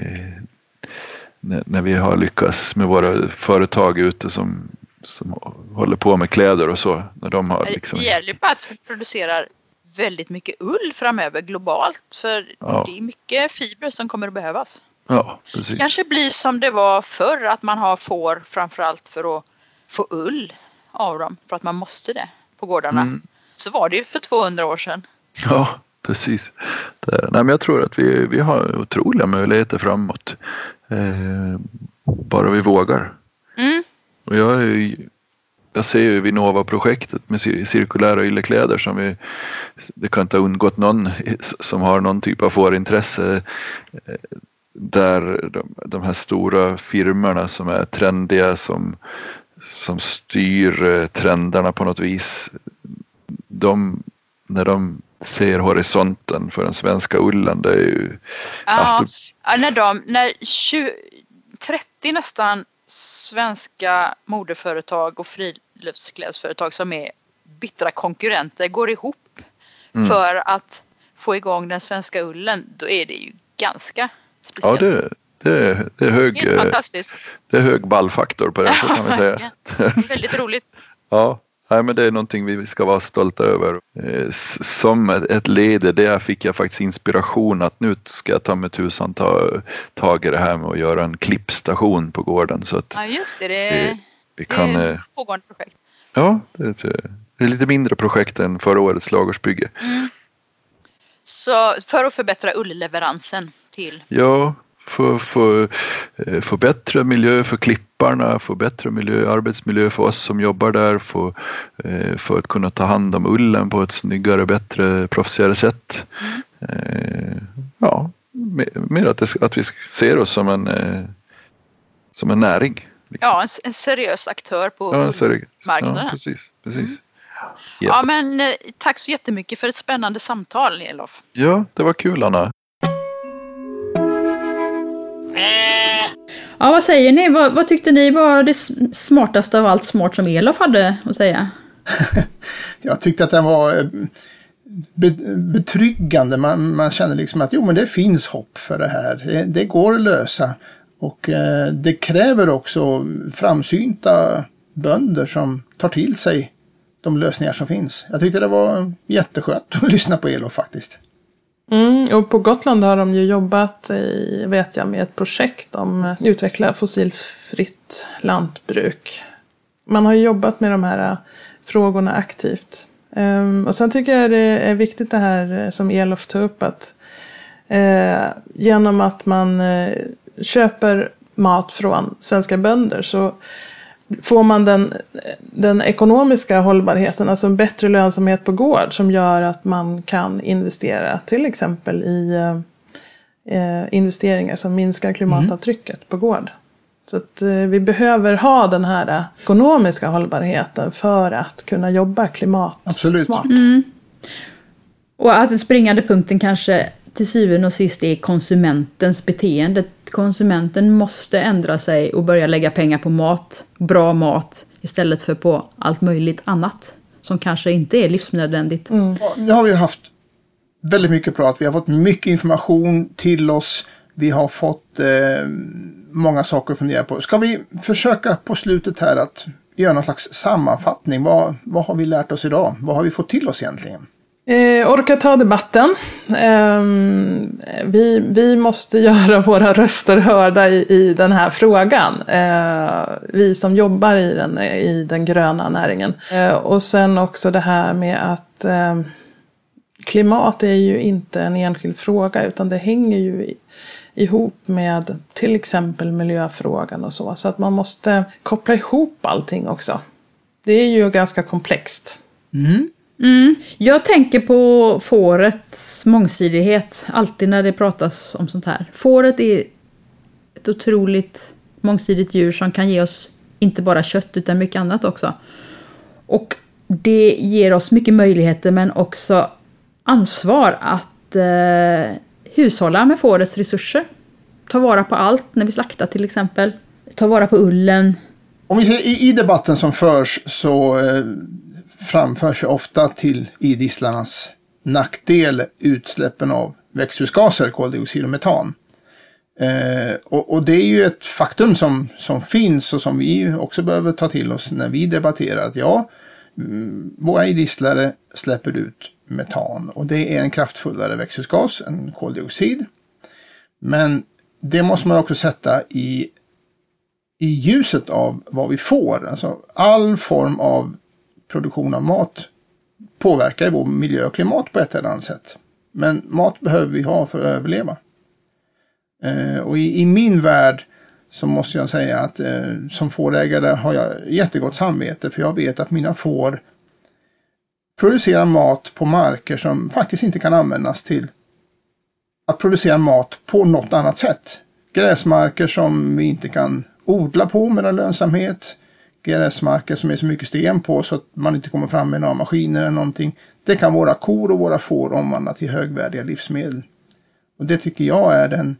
när vi har lyckats med våra företag ute som håller på med kläder och så. När de har liksom... Det gäller bara att vi producerar väldigt mycket ull framöver globalt. För det är mycket fibrer som kommer att behövas. Ja, precis. Kanske blir som det var förr, att man har får framförallt för att få ull av dem. För att man måste det på gårdarna. Så var det ju för 200 år sedan. Ja, precis. Nej, men jag tror att vi har otroliga möjligheter framåt. Bara vi vågar. Och jag ser ju Vinnova-projektet med cirkulära yllekläder som det kan inte ha undgått någon som har någon typ av fårintresse, där de här stora firmorna som är trendiga, som styr trenderna på något vis, när de ser horisonten för den svenska ullen, det är ju... När 30 nästan svenska modeföretag och friluftsklädsföretag som är bittra konkurrenter går ihop för att få igång den svenska ullen, då är det ju ganska speciellt. Ja, det är hög... Helt fantastiskt. Det är hög ballfaktor på det, så kan vi säga. Väldigt roligt. Ja. Nej, men det är någonting vi ska vara stolta över. Som ett led i det fick jag faktiskt inspiration att nu ska jag ta med tusan tag i det här med att göra en klippstation på gården. Så att ja, just det. Vi kan, det är ett pågående projekt. Ja, det är lite mindre projekt än förra årets ladugårdsbygge. Så för att förbättra ullleveransen till... Ja, få bättre miljö för klipparna, få bättre arbetsmiljö för oss som jobbar där, för att kunna ta hand om ullen på ett snyggare, bättre, proffsigare sätt. Mer att vi ser oss som en näring. Liksom. Ja, en seriös aktör på marknaden. Ja, precis. Ja, men tack så jättemycket för ett spännande samtal, Elof. Ja, det var kul, Anna. Ja, vad säger ni? Vad tyckte ni var det smartaste av allt smart som Elof hade att säga? Jag tyckte att den var betryggande. Man känner liksom att men det finns hopp för det här. Det går att lösa. Och det kräver också framsynta bönder som tar till sig de lösningar som finns. Jag tyckte det var jätteskönt att lyssna på Elof faktiskt. Och på Gotland har de ju jobbat med ett projekt om att utveckla fossilfritt lantbruk. Man har ju jobbat med de här frågorna aktivt. Och sen tycker jag det är viktigt det här som Elof tog upp, att genom att man köper mat från svenska bönder så får man den ekonomiska hållbarheten, alltså en bättre lönsamhet på gård som gör att man kan investera till exempel i investeringar som minskar klimatavtrycket på gård. Så att vi behöver ha den här ekonomiska hållbarheten för att kunna jobba klimatsmart. Och att den springande punkten kanske till syvende och sist är konsumentens beteende. Konsumenten måste ändra sig och börja lägga pengar på mat, bra mat, istället för på allt möjligt annat som kanske inte är livsnödvändigt. Nu har vi haft väldigt mycket prat. Vi har fått mycket information till oss. Vi har fått många saker att fundera på. Ska vi försöka på slutet här att göra någon slags sammanfattning? Vad har vi lärt oss idag? Vad har vi fått till oss egentligen? Orka ta debatten. Vi måste göra våra röster hörda i den här frågan. Vi som jobbar i den gröna näringen. Och sen också det här med att klimat är ju inte en enskild fråga, utan det hänger ju ihop med till exempel miljöfrågan och så. Så att man måste koppla ihop allting också. Det är ju ganska komplext. Jag tänker på fårets mångsidighet alltid när det pratas om sånt här. Fåret är ett otroligt mångsidigt djur som kan ge oss inte bara kött utan mycket annat också. Och det ger oss mycket möjligheter men också ansvar att hushålla med fårets resurser. Ta vara på allt när vi slaktar till exempel. Ta vara på ullen. Om vi ser i debatten som förs så framförs ofta till idisslarnas nackdel utsläppen av växthusgaser, koldioxid och metan. Och det är ju ett faktum som finns och som vi också behöver ta till oss när vi debatterar att våra idisslare släpper ut metan. Och det är en kraftfullare växthusgas än koldioxid. Men det måste man också sätta i ljuset av vad vi får. Alltså all form av produktion av mat påverkar vår miljö och klimat på ett eller annat sätt. Men mat behöver vi ha för att överleva. Och i min värld så måste jag säga att som fårägare har jag jättegott samvete. För jag vet att mina får producerar mat på marker som faktiskt inte kan användas till att producera mat på något annat sätt. Gräsmarker som vi inte kan odla på med en lönsamhet. Gräsmarker som är så mycket sten på så att man inte kommer fram med några maskiner eller någonting. Det kan våra kor och våra får omvandla till högvärdiga livsmedel. Och det tycker jag är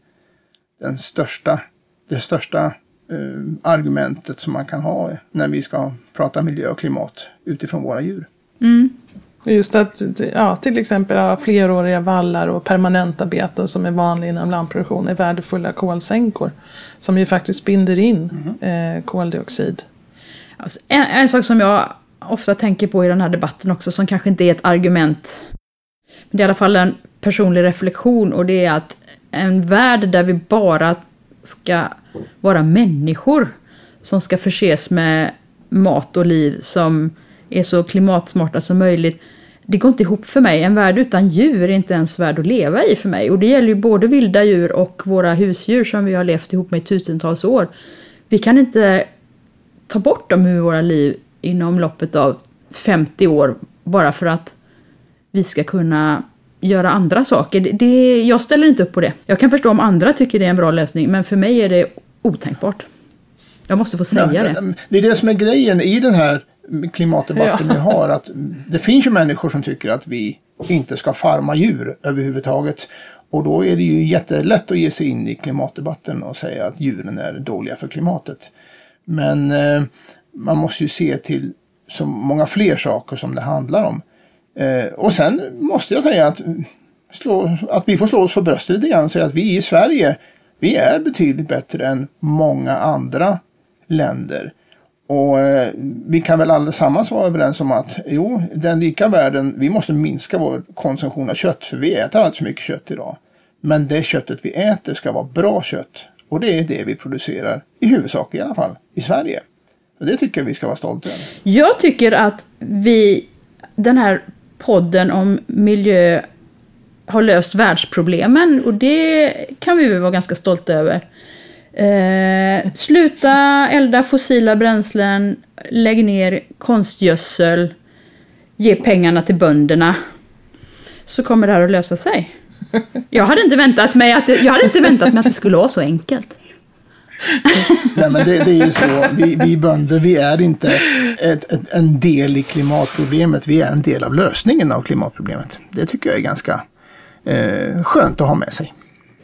det största argumentet som man kan ha när vi ska prata miljö och klimat utifrån våra djur. Mm. Just att till exempel fleråriga vallar och permanenta beten som är vanliga inom landproduktion är värdefulla kolsänkor som ju faktiskt binder in koldioxid. Alltså, en sak som jag ofta tänker på i den här debatten också som kanske inte är ett argument, men det är i alla fall en personlig reflektion, och det är att en värld där vi bara ska vara människor som ska förses med mat och liv som är så klimatsmarta som möjligt, det går inte ihop för mig. En värld utan djur är inte ens värd att leva i för mig. Och det gäller ju både vilda djur och våra husdjur som vi har levt ihop med i tusentals år. Vi kan inte ta bort dem ur våra liv inom loppet av 50 år bara för att vi ska kunna göra andra saker. Jag ställer inte upp på det. Jag kan förstå om andra tycker det är en bra lösning, men för mig är det otänkbart. Jag måste få säga det. Det är det som är grejen i den här klimatdebatten vi har, att det finns ju människor som tycker att vi inte ska farma djur överhuvudtaget, och då är det ju jättelätt att ge sig in i klimatdebatten och säga att djuren är dåliga för klimatet. Men man måste ju se till så många fler saker som det handlar om. Och sen måste jag säga att vi får slå oss för bröstet lite grann och säga att vi i Sverige, vi är betydligt bättre än många andra länder. Och vi kan väl allesammans vara överens om att den rika världen, vi måste minska vår konsumtion av kött, för vi äter alldeles för mycket kött idag. Men det köttet vi äter ska vara bra kött, och det är det vi producerar i huvudsak i alla fall i Sverige. Och det tycker jag vi ska vara stolta över. Jag tycker att den här podden om miljö har löst världsproblemen, och det kan vi väl vara ganska stolta över. Sluta elda fossila bränslen, lägg ner konstgödsel, ge pengarna till bönderna, så kommer det här att lösa sig. Jag hade inte väntat mig att det skulle vara så enkelt. Nej, men det är ju så, vi bönder, vi är inte en del i klimatproblemet, vi är en del av lösningen av klimatproblemet. Det tycker jag är ganska skönt att ha med sig.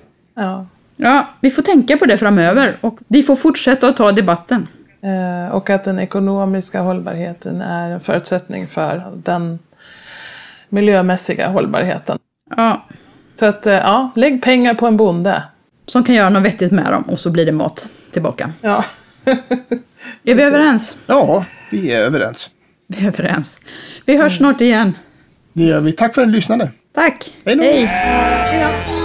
Ja, vi får tänka på det framöver, och vi får fortsätta att ta debatten. Och att den ekonomiska hållbarheten är en förutsättning för den miljömässiga hållbarheten. Ja. Så att, lägg pengar på en bonde. Som kan göra något vettigt med dem, och så blir det mat tillbaka. Ja. Är vi överens? Ja, vi är överens. Vi är överens. Vi hörs snart igen. Det gör vi. Tack för att ni lyssnade. Tack. Hej då. Hej.